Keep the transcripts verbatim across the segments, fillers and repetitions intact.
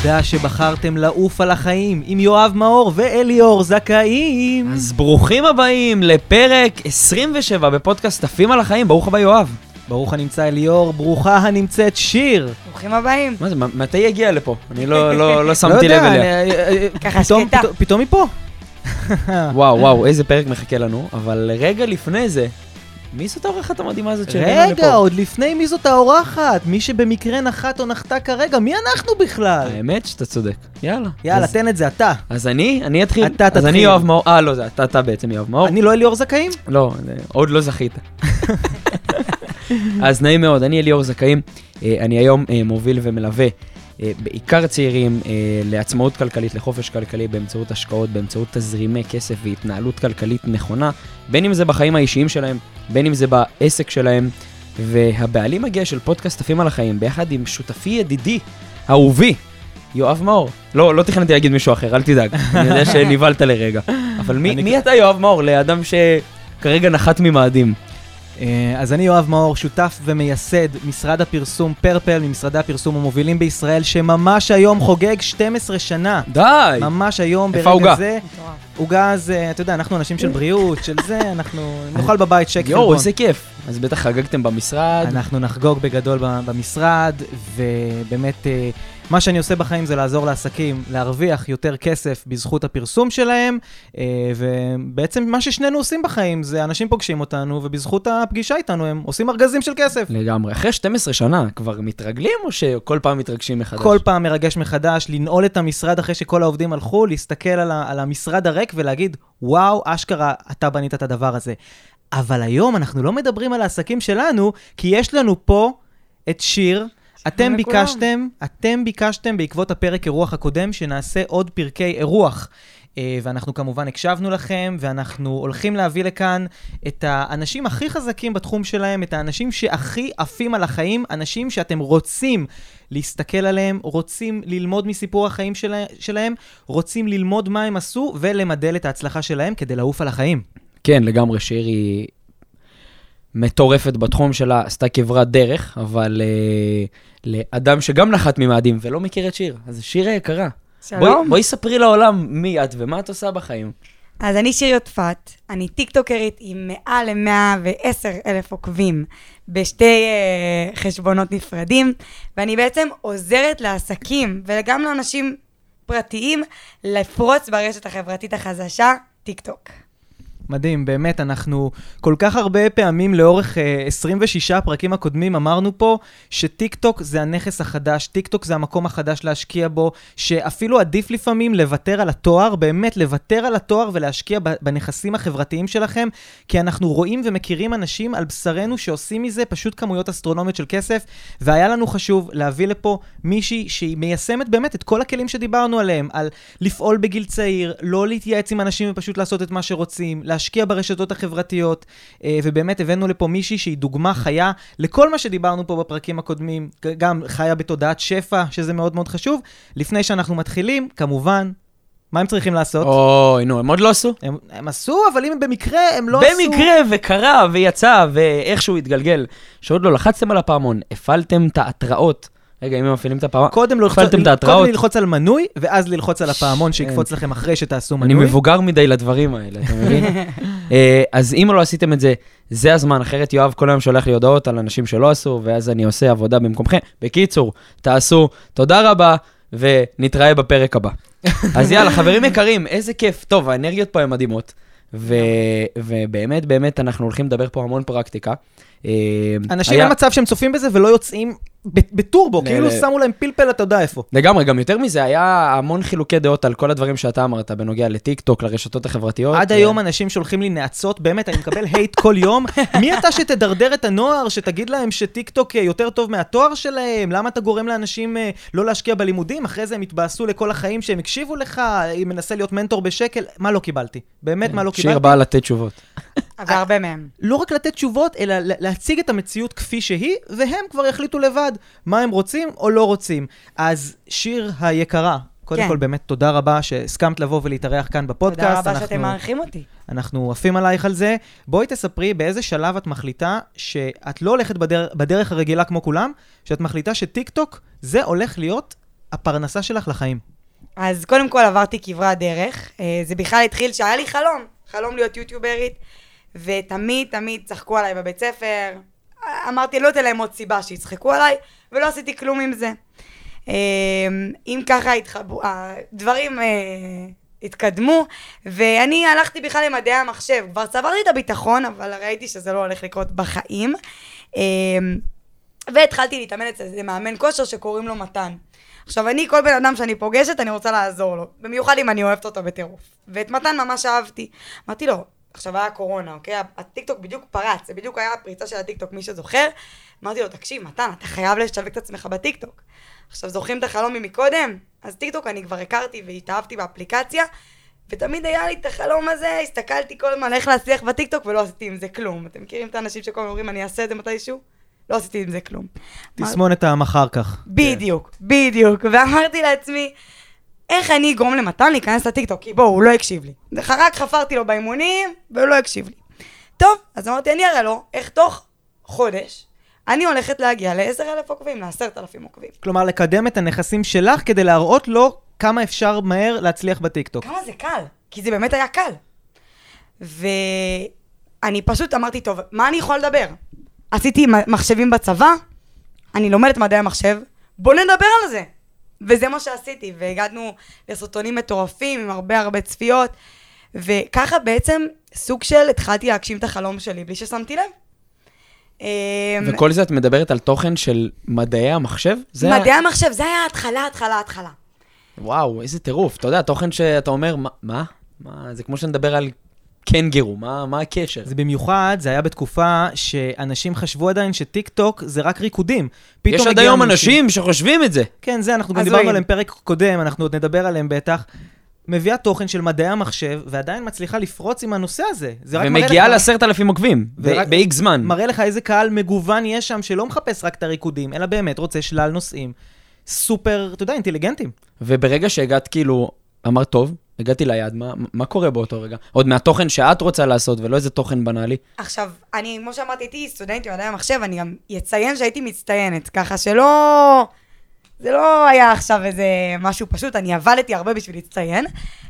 תודה שבחרתם לעוף על החיים עם יואב מאור ואליאור זכאים. אז ברוכים הבאים לפרק עשרים ושבע בפודקאסט עפים על החיים. ברוך הבא יואב. ברוך הנמצא אליאור, ברוכה הנמצאת שיר. ברוכים הבאים. מה זה, מתי יגיע לפה? אני לא, לא, לא שמתי לב אליה. ככה שקטה. פתאום מפה. וואו, וואו, איזה פרק מחכה לנו, אבל רגע לפני זה, מי זאת האורחת המדהימה הזאת שהבאנו לפה? רגע, עוד לפני מי זאת האורחת? מי שבמקרה נחת או נחתה כרגע, מי אנחנו בכלל? האמת שאתה צודק. יאללה. יאללה, תן את זה, אתה. אז אני, אני אתחיל. אתה תתחיל. אז אני יואב מאור, אה, לא, זה אתה, אתה בעצם יואב מאור. אני לא אליאור זכאים? לא, עוד לא זכית. אז נעים מאוד, אני אליאור זכאים. אני היום מוביל ומלווה בעיקר צעירים לעצמאות כלכלית, לחופש כלכלי, באמצעות השקעות, באמצעות תזרימי כסף והתנהלות כלכלית נכונה, בין אם זה בחיים האישיים שלהם, בין אם זה בעסק שלהם, והבעלים מגיע של פודקאסט עפים על החיים, ביחד עם שותפי ידידי, אהובי, יואב מאור. לא, לא תכננתי להגיד מישהו אחר, אל תדאג, אני יודע שניבלת לרגע. אבל מי, מי אתה יואב מאור, לאדם שכרגע נחת ממאדים? אז אני יואב מאור, שותף ומייסד משרד הפרסום פרפל, ממשרדי הפרסום המובילים בישראל, שממש היום חוגג שתים עשרה שנה. די! ממש היום ברגע זה. עוגה זה, אתה יודע, אנחנו אנשים של בריאות, של זה, אנחנו נאכל בבית שקל. יואו, איזה כיף. אז בטח חגגתם במשרד. אנחנו נחגוג בגדול במשרד, ובאמת מה שאני עושה בחיים זה לעזור לעסקים, להרוויח יותר כסף בזכות הפרסום שלהם, ובעצם מה ששנינו עושים בחיים זה אנשים פוגשים אותנו, ובזכות הפגישה איתנו הם עושים ארגזים של כסף. לגמרי. אחרי שתים עשרה שנה כבר מתרגלים או שכל פעם מתרגשים מחדש? כל פעם מרגש מחדש, לנעול את המשרד אחרי שכל העובדים הלכו, להסתכל על, ה- על המשרד הריק ולהגיד, וואו, אשכרה, אתה בנית את הדבר הזה. אבל היום אנחנו לא מדברים על העסקים שלנו, כי יש לנו פה את שיר, אתם ביקשתם, אתם ביקשתם בעקבות הפרק אירוח הקודם, שנעשה עוד פרקי אירוח. ואנחנו כמובן הקשבנו לכם, ואנחנו הולכים להביא לכאן את האנשים הכי חזקים בתחום שלהם, את האנשים שהכי עפים על החיים, אנשים שאתם רוצים להסתכל עליהם, רוצים ללמוד מסיפור החיים שלה, שלהם, רוצים ללמוד מה הם עשו, ולמדל את ההצלחה שלהם כדי לעוף על החיים. כן, לגמרי, שיר היא מטורפת בתחום שלה, עשתה כברת דרך, אבל uh, לאדם שגם נחת ממאדים ולא מכיר את שיר, אז שיר יקרה. שלום. בואי, בואי ספרי לעולם מי את ומה את עושה בחיים. אז אני שיר יודפת, אני טיקטוקרית עם מעל ל-מאה ועשר אלף עוקבים בשתי uh, חשבונות נפרדים, ואני בעצם עוזרת לעסקים וגם לאנשים פרטיים לפרוץ ברשת החברתית החדשה, טיקטוק. מדהים, באמת, אנחנו כל כך הרבה פעמים לאורך uh, עשרים ושש הפרקים הקודמים אמרנו פה שטיקטוק זה הנכס החדש, טיקטוק זה המקום החדש להשקיע בו, שאפילו עדיף לפעמים לוותר על התואר, באמת לוותר על התואר ולהשקיע בנכסים החברתיים שלכם, כי אנחנו רואים ומכירים אנשים על בשרנו שעושים מזה פשוט כמויות אסטרונומיות של כסף, והיה לנו חשוב להביא לפה מישהי שהיא מיישמת באמת את כל הכלים שדיברנו עליהם, על לפעול בגיל צעיר, לא להתייעץ עם אנשים ופשוט לעשות את מה שרוצים, להשקיע ברשתות החברתיות, ובאמת הבאנו לפה מישהי שהיא דוגמה חיה לכל מה שדיברנו פה בפרקים הקודמים, גם חיה בתודעת שפע, שזה מאוד מאוד חשוב. לפני שאנחנו מתחילים, כמובן, מה הם צריכים לעשות? אוי, נו, הם עוד לא עשו? הם, הם עשו, אבל אם במקרה הם לא עשו... במקרה וקרה ויצא ואיכשהו התגלגל, שעוד לא לחצתם על הפעמון, הפעלתם את ההתראות, רגע, אם הם מפעילים את הפעמון, קודם לא ללחוץ על מנוי, ואז ללחוץ על הפעמון שיקפוץ לכם אחרי שתעשו מנוי. אני מבוגר מדי לדברים האלה, אתה מבין? אז אם לא עשיתם את זה, זה הזמן, אחרת יואב כל היום שולח לי הודעות על אנשים שלא עשו, ואז אני עושה עבודה במקומכם. בקיצור, תעשו, תודה רבה, ונתראה בפרק הבא. אז יאללה, חברים יקרים, איזה כיף. טוב, האנרגיות פה הן מדהימות, ובאמת, באמת, אנחנו הולכים לדבר פה המון פרקטיקה. אנשים במצב שהם צופים בזה ולא יוצאים בטורבו, כאילו שמו להם פלפל, אתה יודע איפה. לגמרי, גם יותר מזה, היה המון חילוקי דעות על כל הדברים שאתה אמרת, בנוגע לטיקטוק, לרשתות החברתיות. עד היום אנשים שולחים לי נעצות, באמת, אני מקבל הייט כל יום. מי אתה שתדרדר את הנוער, שתגיד להם שטיקטוק יותר טוב מהתואר שלהם? למה אתה גורם לאנשים לא להשקיע בלימודים? אחרי זה הם התבאסו לכל החיים שהם הקשיבו לך, אם מנסה להיות מנטור בשקל. מה לא קיבלתי? באמת, מה לא קיבלתי? שיר בא לתת תשובות. אבל הרבה מהם. לא רק לתת תשובות, אלא להציג את המציאות כפי שהיא, והם כבר יחליטו לבד מה הם רוצים או לא רוצים. אז שיר היקרה, קודם כל באמת תודה רבה שהסכמת לבוא ולהתארח כאן בפודקאסט. תודה רבה שאתם מעריכים אותי. אנחנו עפים עלייך על זה. בואי תספרי באיזה שלב את מחליטה שאת לא הולכת בדרך, בדרך הרגילה כמו כולם, שאת מחליטה שטיק טוק זה הולך להיות הפרנסה שלך לחיים? אז קודם כל עברתי כברת דרך, זה בכלל התחיל שהיה לי חלום, חלום להיות יוטיוברית, ותמיד תמיד צחקו עליי בבית ספר, אמרתי לא תלהם עוד סיבה שיצחקו עליי, ולא עשיתי כלום עם זה. אם ככה התחברו, הדברים התקדמו, ואני הלכתי בכלל למדעי המחשב, כבר צברתי את הביטחון, אבל ראיתי שזה לא הולך לקרות בחיים, והתחלתי להתאמן אצל זה מאמן כושר שקוראים לו מתן. עכשיו, אני, כל בן אדם שאני פוגשת, אני רוצה לעזור לו. במיוחד אם אני אוהבת אותו בטירוף. ואת מתן ממש אהבתי. אמרתי לו, עכשיו היה קורונה, אוקיי? הטיקטוק בדיוק פרץ, זה בדיוק היה הפריצה של הטיקטוק, מי שזוכר. אמרתי לו, תקשיב, מתן, אתה חייב לשווק את עצמך בטיקטוק. עכשיו, זוכרים את החלום ממקודם? אז טיקטוק אני כבר הכרתי והתאהבתי באפליקציה, ותמיד היה לי את החלום הזה, הסתכלתי כל הזמן איך להצליח בטיקטוק, ולא עשיתי עם זה כלום. אתם מכירים את האנשים שכל הזמן אומרים, אני אעשה את זה מתישהו? לא עשיתי עם זה כלום. תסמון את העם אחר כך. בדיוק, בדיוק. ואמרתי לעצמי, איך אני אגרום למתן להיכנס לטיקטוק? כי בוא, הוא לא הקשיב לי. רק חפרתי לו באימונים, והוא לא הקשיב לי. טוב, אז אמרתי, אני אראה לו, איך תוך חודש, אני הולכת להגיע ל-עשרת אלפים עוקבים, ל-עשרת אלפים עוקבים. כלומר, לקדם את הנכסים שלך כדי להראות לו כמה אפשר מהר להצליח בטיקטוק. כמה זה קל, כי זה באמת היה קל. ואני פשוט אמרתי, טוב, מה אני יכול לדבר? עשיתי מחשבים בצבא, אני לומדת מדעי המחשב, בוא נדבר על זה. וזה מה שעשיתי, והגענו לסרטונים מטורפים עם הרבה הרבה צפיות, וככה בעצם סוג של התחלתי להגשים את החלום שלי, בלי ששמתי לב. וכל זה את מדברת על תוכן של מדעי המחשב? מדעי המחשב, זה היה התחלה, התחלה, התחלה. וואו, איזה טירוף. אתה יודע, תוכן שאתה אומר, מה? מה? זה כמו שנדבר על קנגרו, מה, מה הקשר? זה במיוחד, זה היה בתקופה שאנשים חשבו עדיין שטיק טוק זה רק ריקודים. יש עד היום אנשים שחושבים את זה. כן, זה, אנחנו גם דיברנו עליהם פרק קודם, אנחנו עוד נדבר עליהם בטח. מביאה תוכן של מדעי המחשב, ועדיין מצליחה לפרוץ עם הנושא הזה. ומגיעה לעשרת אלפים עוקבים, באיקס זמן. מראה לך איזה קהל מגוון יש שם, שלא מחפש רק את הריקודים, אלא באמת רוצה שלל נושאים סופר, אתה יודע, אינטליגנטים. וברגע שהגעת כאילו, אמרת טוב, הגעתי ליד, מה, מה קורה באותו רגע? עוד מהתוכן שאת רוצה לעשות, ולא איזה תוכן בנאלי. עכשיו, אני, כמו שאמרתי, הייתי סטודנטית במדעי המחשב, אני גם אציין שהייתי מצטיינת, ככה שלא... זה לא היה עכשיו איזה משהו פשוט, אני עבדתי הרבה בשביל להצטיין,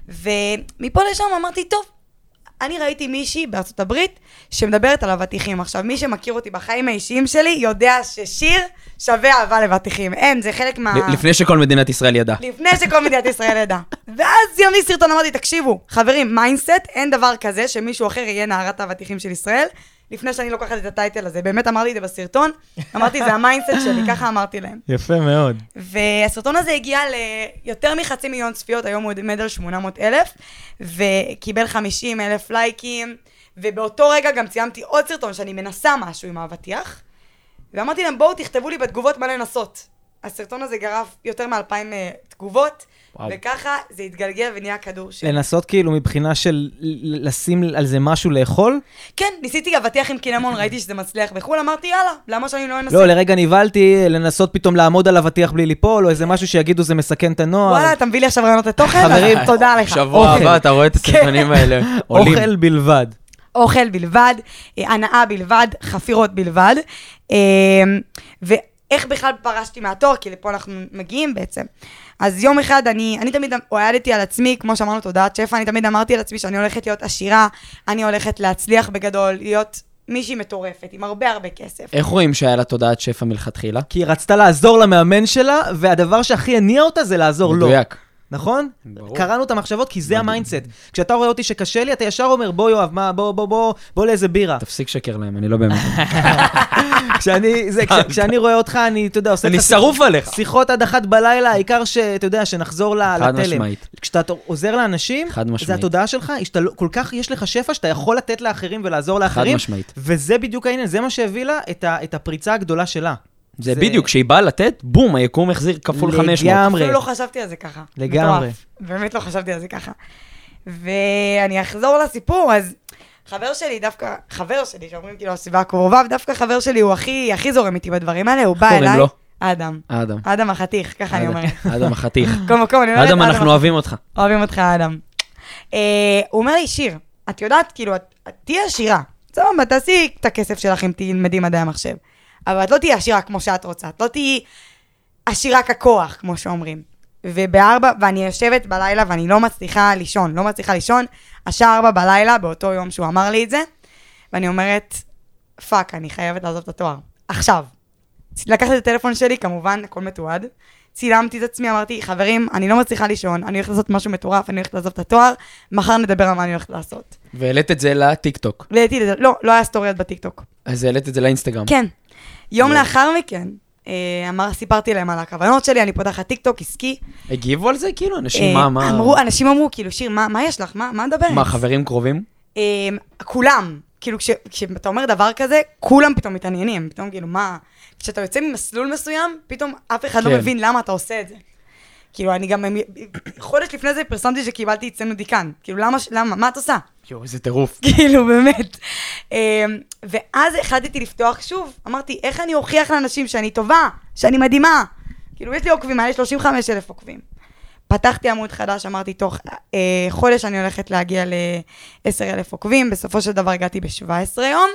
ומפה לשם אמרתי, טוב, אני ראיתי מישהי בארצות הברית שמדברת על אבטיחים. עכשיו, מי שמכיר אותי בחיים האישיים שלי יודע ששיר שווה אהבה לבטיחים. אין, זה חלק מה... לפני שכל מדינת ישראל ידע. לפני שכל מדינת ישראל ידע. ואז ימי סרטון אמרתי, תקשיבו, חברים, מיינדסט, אין דבר כזה שמישהו אחר יהיה נערת האבטיחים של ישראל, לפני שאני לוקחת את הטייטל הזה. באמת אמרתי את זה בסרטון, אמרתי, זה המיינדסט שלי, ככה אמרתי להם. יפה מאוד. והסרטון הזה הגיע ליותר מחצי מיליון צפיות, היום הוא עומד על שמונה מאות אלף, וקיבל חמישים אלף לייקים, ובאותו רגע גם ציימתי עוד סרטון שאני מנסה משהו עם האבטיח, ואמרתי להם, בואו תכתבו לי בתגובות מה לנסות. הסרטון הזה גרף יותר מאלפיים תגובות, וואו. וככה זה התגלגל ונהיה כדור שלי. לנסות כאילו מבחינה של לשים על זה משהו לאכול? כן, ניסיתי אבטיח עם קינמון, ראיתי שזה מצליח בחול, אמרתי יאללה, למה שאני לא אנסה? לא, לרגע ניבלתי לנסות פתאום לעמוד על אבטיח בלי ליפול, או איזה משהו שיגידו זה מסכן את הנוער. וואלה, אתה מביא לי עכשיו רעיונות לתוכן? חברים, תודה לך. שבוע הבא, אתה רואה את הסרטונים האלה. אוכל בלבד. אוכל בלבד, הנאה בלבד, חפירות בלבד. ואיך בכלל פרשתי מהתור, כי לפה אנחנו מגיעים בעצם. אז יום אחד אני, אני תמיד הועדתי על עצמי, כמו שאמרנו תודעת שפע, אני תמיד אמרתי על עצמי שאני הולכת להיות עשירה, אני הולכת להצליח בגדול, להיות מישהי מטורפת, עם הרבה הרבה כסף. איך רואים שהיה לה תודעת שפע מלכתחילה? כי היא רצתה לעזור למאמן שלה, והדבר שהכי הניע אותה זה לעזור לו. מדויק. נכון? קראנו את המחשבות כי זה המיינדסט. כשאתה רואה אותי שקשה לי, אתה ישר אומר, בוא יואב, מה, בוא, בוא, בוא, בוא לאיזה בירה. תפסיק שקר להם, אני לא באמת. כשאני, זה, כשאני רואה אותך, אני, אתה יודע, עושה... אני שרוף עליך. שיחות עד אחת בלילה, העיקר שאתה יודע, שנחזור לתלם. חד משמעית. כשאתה עוזר לאנשים, זה התודעה שלך, כל כך יש לך שפע שאתה יכול לתת לאחרים ולעזור לאחרים. חד משמעית. וזה בדיוק העניין, זה מה שהביא לה את הפריצה הגדולה שלה. זה בדיוק, כשהיא באה לתת, בום, היקום החזיר כפול חמש מאות. לגמרי. אפילו לא חשבתי על זה ככה. לגמרי. באמת לא חשבתי על זה ככה. ואני אחזור לסיפור, אז חבר שלי, דווקא, חבר שלי, שאומרים כאילו הסביבה הקרובה, דווקא חבר שלי הוא הכי, הכי זורם איתי בדברים האלה, הוא בא אליי. אדם. אדם. אדם החתיך, ככה אני אומרת. אדם החתיך. כל מקום, אני אומרת. אדם, אנחנו אוהבים אותך. אוהבים אותך, אדם. הוא אומר לי, שיר, את יודעת, כאילו, את תהיה עשירה. סבבה, תעשי את הכסף שלך אם תלמדי מדעי המחשב. אבל את לא תהיי עשירה כמו שאת רוצה. את לא תהיי עשירה ככוח, כמו שאומרים. ובארבע, ואני יושבת בלילה ואני לא מצליחה לישון, לא מצליחה לישון, השעה ארבע בלילה, באותו יום שהוא אמר לי את זה, ואני אומרת, פאק, אני חייבת לעזוב את התואר. עכשיו, לקחתי את הטלפון שלי, כמובן, הכל מתועד, צילמתי את עצמי, אמרתי, חברים, אני לא מצליחה לישון, אני הולכת לעשות משהו מטורף, אני הולכת לעזוב את התואר, מחר נדבר על מה אני הולכת לעשות. והעלית את זה לטיקטוק. העליתי את זה, לא, לא היה סטוריות בטיקטוק. אז העלית את זה לאינסטגרם. כן. יום לאחר מכן, אמר, סיפרתי להם על הכוונות שלי, אני פותחת טיקטוק, עסקי. הגיבו על זה? כאילו, אנשים, מה, מה? אמרו, אנשים אמרו, כאילו, שיר, מה, מה יש לך? מה, מה מדברת? מה, חברים קרובים? כולם. כאילו, כש, כשאתה אומר דבר כזה, כולם פתאום מתעניינים. פתאום, כאילו, מה? כשאתה יוצא ממסלול מסוים, פתאום אף אחד כן. לא מבין למה אתה עושה את זה. כאילו, אני גם, חודש לפני זה פרסמתי שקיבלתי אצלנו דיקן. כאילו, למה, למה, מה את עושה? יו, איזה טירוף. כאילו, באמת. ואז החלטתי לפתוח שוב, אמרתי, איך אני אוכיח לאנשים שאני טובה, שאני מדהימה? כאילו, יש לי עוקבים, היה לי שלושים וחמישה אלף עוקבים. פתחתי עמוד חדש, אמרתי, תוך אה, חודש אני הולכת להגיע ל-עשרת אלפים עוקבים, בסופו של דבר הגעתי ב-שבעה עשר יום,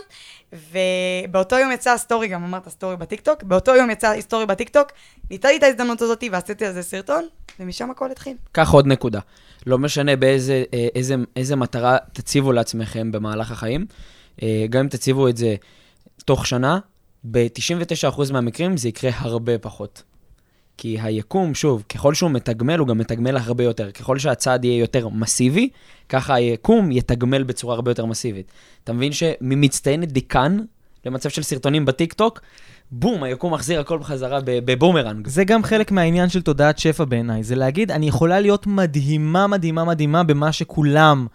ובאותו יום יצא הסטורי, גם אמרת סטורי בטיקטוק, באותו יום יצא סטורי בטיקטוק, ניתתי את ההזדמנות הזאת ועשיתי על זה סרטון, ומשם הכל התחיל. כך עוד נקודה. לא משנה באיזה איזה, איזה מטרה תציבו לעצמכם במהלך החיים, גם אם תציבו את זה תוך שנה, ב-תשעים ותשעה אחוז מהמקרים זה יקרה הרבה פחות. כי היקום, שוב, ככל שהוא מתגמל, הוא גם מתגמל הרבה יותר. ככל שהצעד יהיה יותר מסיבי, ככה היקום יתגמל בצורה הרבה יותר מסיבית. אתה מבין שממצטיינת דיקן, למצב של סרטונים בטיק-טוק, בום, היקום מחזיר הכל בחזרה בבומרנג. זה גם חלק מהעניין של תודעת שפע בעיניי. זה להגיד, אני יכולה להיות מדהימה, מדהימה, מדהימה במה שכולם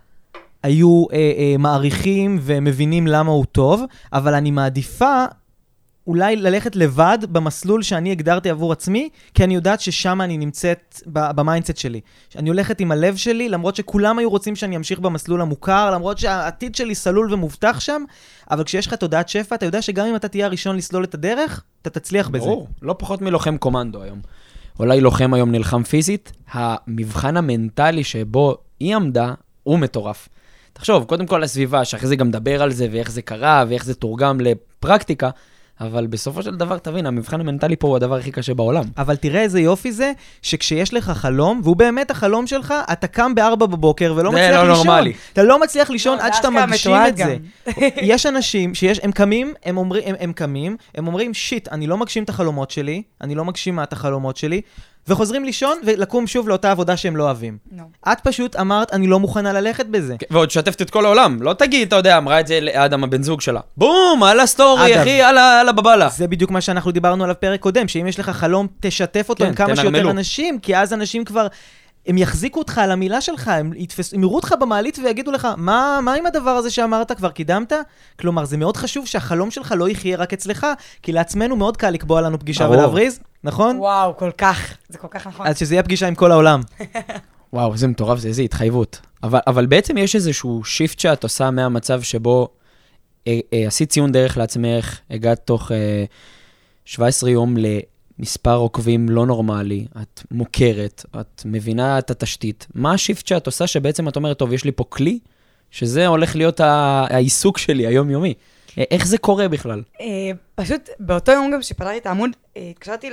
היו אה, אה, מעריכים ומבינים למה הוא טוב, אבל אני מעדיפה אולי ללכת לבד במסלול שאני הגדרתי עבור עצמי, כי אני יודעת ששם אני נמצאת במיינדסט שלי. אני הולכת עם הלב שלי, למרות שכולם היו רוצים שאני אמשיך במסלול המוכר, למרות שהעתיד שלי סלול ומובטח שם, אבל כשיש לך תודעת שפע, אתה יודע שגם אם אתה תהיה הראשון לסלול את הדרך, אתה תצליח בזה. ברור, לא פחות מלוחם קומנדו היום. אולי לוחם היום נלחם פיזית, המבחן המנטלי שבו היא עמדה, הוא מטורף. תחשוב, קודם כל הסביבה, שאחרי זה גם דבר על זה, ואיך זה קרה, ואיך זה תורגם לפרקטיקה, אבל בסופו של דבר, תבין, המבחן המנטלי פה הוא הדבר הכי קשה בעולם. אבל תראה איזה יופי זה, שכשיש לך חלום, והוא באמת החלום שלך, אתה קם בארבע בבוקר ולא מצליח לישון. זה לא נורמלי. אתה לא מצליח לישון עד שאתה מגשים את זה. יש אנשים שיש, הם קמים, הם אומרים, הם, הם קמים, הם אומרים, שיט, אני לא מגשים את החלומות שלי, אני לא מגשים את החלומות שלי, וחוזרים לישון ולקום שוב לאותה עבודה שהם לא אוהבים. No. את פשוט אמרת, אני לא מוכנה ללכת בזה. ועוד שתפת את כל העולם. לא תגיד, אתה יודע, אמרה את זה לאדם, הבן זוג שלה. בום, על הסטורי, אחי, על הבבלה. זה בדיוק מה שאנחנו דיברנו עליו פרק קודם, שאם יש לך חלום, תשתף אותו כן, עם כמה שיותר אנשים, כי אז אנשים כבר, הם יחזיקו אותך על המילה שלך, הם יתפס, הם יראו אותך במעלית ויגידו לך, מה, מה עם הדבר הזה שאמרת, כבר קידמת? כלומר, זה מאוד חשוב שהחלום שלך לא יחיה רק אצלך, כי לעצמנו מאוד קל לקבוע לנו פגישה ולהבריז, נכון? וואו, כל כך, זה כל כך נכון. אז שזה יהיה פגישה עם כל העולם. וואו, זה מטורף, זה איזו התחייבות. אבל, אבל בעצם יש איזשהו שיפט שאת עושה מהמצב שבו אה, אה, עשית ציון דרך לעצמך, הגעת תוך אה, שבעה עשר יום למספר עוקבים לא נורמלי, את מוכרת, את מבינה את התשתית. מה השיפט שאת עושה שבעצם את אומרת, טוב, יש לי פה כלי, שזה הולך להיות העיסוק שלי, היומיומי. איך זה קורה בכלל? פשוט באותו יום גם שפתחתי את העמוד, התקשרתי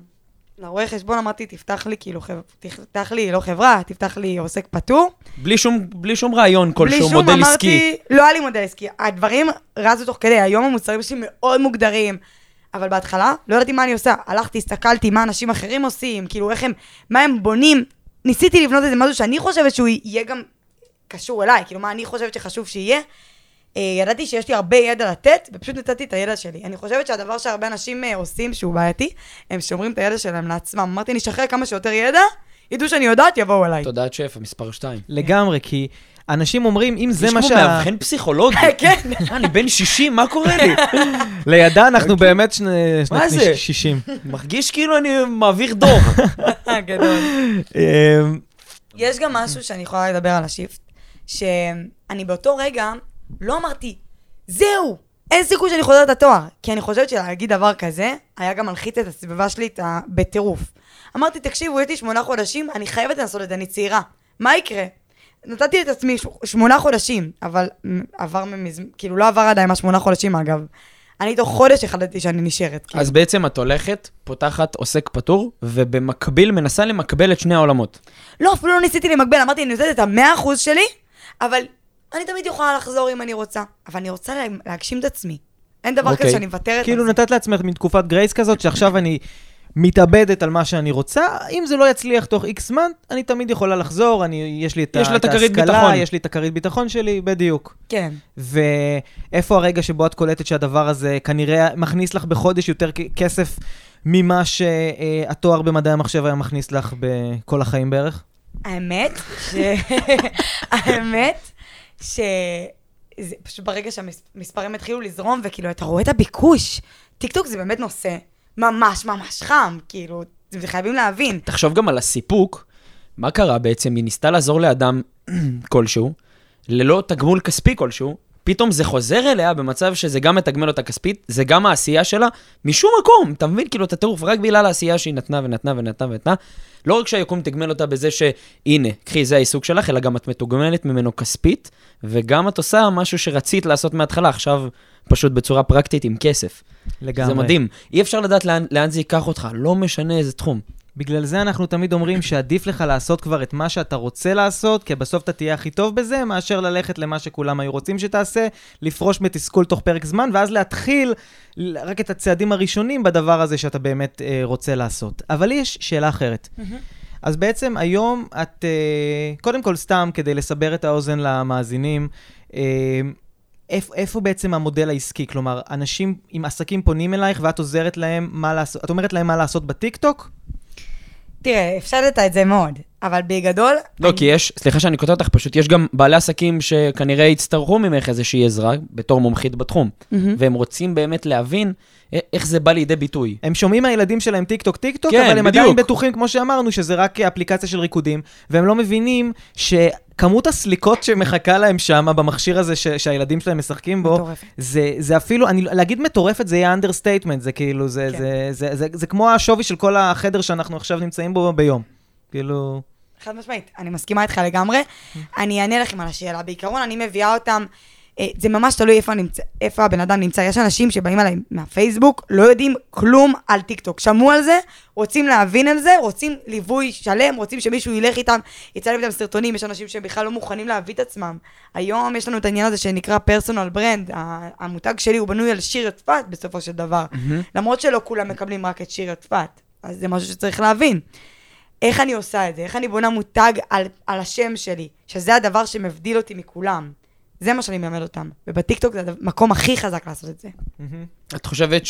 לרואה חשבון, אמרתי, תפתח לי כאילו, תפתח לי לא חברה, תפתח לי עוסק פטור. בלי שום, בלי שום רעיון כלשהו, מודל עסקי. אמרתי, לא היה לי מודל עסקי. הדברים רזו תוך כדי, היום המוצרים שלי מאוד מוגדרים, אבל בהתחלה לא ידעתי מה אני עושה. הלכתי, הסתכלתי מה אנשים אחרים עושים, כאילו איך הם, מה הם בונים. ניסיתי לבנות איזה משהו שאני חושבת שהוא יהיה גם קשור אליי, כאילו מה אני חושבת שחשוב שיהיה. ידעתי שיש לי הרבה ידע לתת, ופשוט נתתי את הידע שלי. אני חושבת שהדבר שהרבה אנשים עושים, שהוא בעייתי, הם שומרים את הידע שלהם לעצמם. אמרתי, נשחרר כמה שיותר ידע, ידעו שאני יודעת, יבואו אליי. תודעת שפע, מספר שתיים. לגמרי, כי אנשים אומרים, אם זה מה שה... יש כמו מאבחן פסיכולוגי. כן. אני בן שישים, מה קורה לי? לידה אנחנו באמת שנת שישים. מרגיש כאילו אני מעביר דוח. גדול. יש גם משהו שאני יכולה לדבר על השיפט, שאני באותו רגע לא אמרתי, זהו, אין סיכוי שאני חוזרת את התואר. כי אני חושבת שלהגיד דבר כזה, היה גם מלחיץ את הסביבה שלי בטירוף. אמרתי, תקשיבו, יש לי שמונה חודשים, אני חייבת לעשות את זה, אני צעירה. מה יקרה? נתתי את עצמי שמונה חודשים, אבל עבר ממז... כאילו לא עבר עדיין מה שמונה חודשים, אגב. אני תוך חודש החלטתי שאני נשארת. אז בעצם את הולכת, פותחת עוסק פטור, ובמקביל מנסה למקבל את שני העולמות. לא, אפילו לא ניסיתי למקבל, אמרתי, אני נותנת את המאה אחוז שלי, אבל אני תמיד יכולה לחזור אם אני רוצה. אבל אני רוצה להגשים את עצמי. אין דבר כזה שאני מוותרת. כאילו נתת לעצמך מתקופת גרייס כזאת, שעכשיו אני מתאבדת על מה שאני רוצה, אם זה לא יצליח תוך איקס זמן, אני תמיד יכולה לחזור, אני, יש לי את ההשכלה, יש לי את הכרית ביטחון שלי, בדיוק. כן. ואיפה הרגע שבו את קולטת שהדבר הזה כנראה מכניס לך בחודש יותר כסף ממה שהתואר במדעי המחשב היה מכניס לך בכל החיים בערך? האמת, ש... האמת, ש... זה פשוט ברגע שהמספרים התחילו לזרום, וכאילו, אתה רואה את הביקוש. טיקטוק זה באמת נושא ממש ממש חם, כאילו, זה חייבים להבין. תחשוב גם על הסיפוק, מה קרה בעצם? היא ניסתה לעזור לאדם כלשהו, ללא תגמול כספי כלשהו, פתאום זה חוזר אליה במצב שזה גם מתגמל אותה כספית, זה גם העשייה שלה, משום מקום, אתה מבין? כאילו, אתה טירוף, רק בגלל העשייה שהיא נתנה ונתנה ונתנה ונתנה, לא רק שהיקום תגמל אותה בזה שהנה, קחי, זה העיסוק שלך, אלא גם את מתוגמלת ממנו כספית, וגם את עושה משהו שרצית לעשות מההתחלה, עכשיו פשוט בצורה פרקטית עם כסף. לגמרי. זה מדהים. אי אפשר לדעת לאן, לאן זה ייקח אותך, לא משנה איזה תחום. בגלל זה אנחנו תמיד אומרים שעדיף לך לעשות כבר את מה שאתה רוצה לעשות, כי בסוף אתה תהיה הכי טוב בזה, מאשר ללכת למה שכולם היו רוצים שתעשה, לפרוש מתסכול תוך פרק זמן, ואז להתחיל רק את הצעדים הראשונים בדבר הזה שאתה באמת אה, רוצה לעשות. אבל יש שאלה אחרת. Mm-hmm. אז בעצם היום את, אה, קודם כל סתם כדי לסבר את האוזן למאזינים, אה, איפה, איפה בעצם המודל העסקי? כלומר, אנשים עם עסקים פונים אלייך ואת עוזרת להם מה לעשות, את אומרת להם מה לעשות בטיקטוק? תראה, הפשטת את זה מאוד, אבל בגדול... לא, אני... כי יש, סליחה שאני כותב אותך, פשוט יש גם בעלי עסקים שכנראה יצטרכו ממך איזושהי עזרה, בתור מומחית בתחום, mm-hmm. והם רוצים באמת להבין איך זה בא לידי ביטוי. הם שומעים מהילדים שלהם טיקטוק, טיקטוק, כן, אבל הם בדיוק. עדיין בטוחים, כמו שאמרנו, שזה רק אפליקציה של ריקודים, והם לא מבינים שכמות הסליקות שמחכה להם שם, במכשיר הזה ש- שהילדים שלהם משחקים בו, זה, זה אפילו, אני, להגיד מטורפת, זה יהיה understatement, זה כאילו, זה, כן. זה, זה, זה, זה, זה כמו השווי של כל החדר שאנחנו עכשיו נמצאים בו ביום. כאילו... חד משמעית, אני מסכימה איתך לגמרי. אני אענה לכם על השאלה. בעיקרון, אני מביאה אותם, זה ממש תלוי איפה, נמצא, איפה הבן אדם נמצא. יש אנשים שבאים עליי מהפייסבוק, לא יודעים כלום על טיקטוק. שמעו על זה, רוצים להבין על זה, רוצים ליווי שלם, רוצים שמישהו ילך איתם, יצא איתם סרטונים. יש אנשים שבכלל לא מוכנים להביא את עצמם. היום יש לנו את העניין הזה שנקרא פרסונל ברנד. המותג שלי הוא בנוי על שיר יטפת בסופו של דבר. Mm-hmm. למרות שלא כולם מקבלים רק את שיר יטפת. אז זה משהו שצריך להבין. איך אני עושה את זה? איך אני בונה מותג על, על השם שלי? שזה הדבר שמבדיל אותי מכולם. זה מה שאני מלמד אותם. ובטיקטוק זה המקום הכי חזק לעשות את זה. את חושבת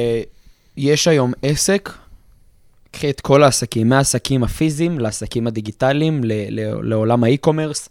שיש היום עסק, קחי את כל העסקים, מהעסקים הפיזיים לעסקים הדיגיטליים, ל- ל- לעולם האי-קומרס,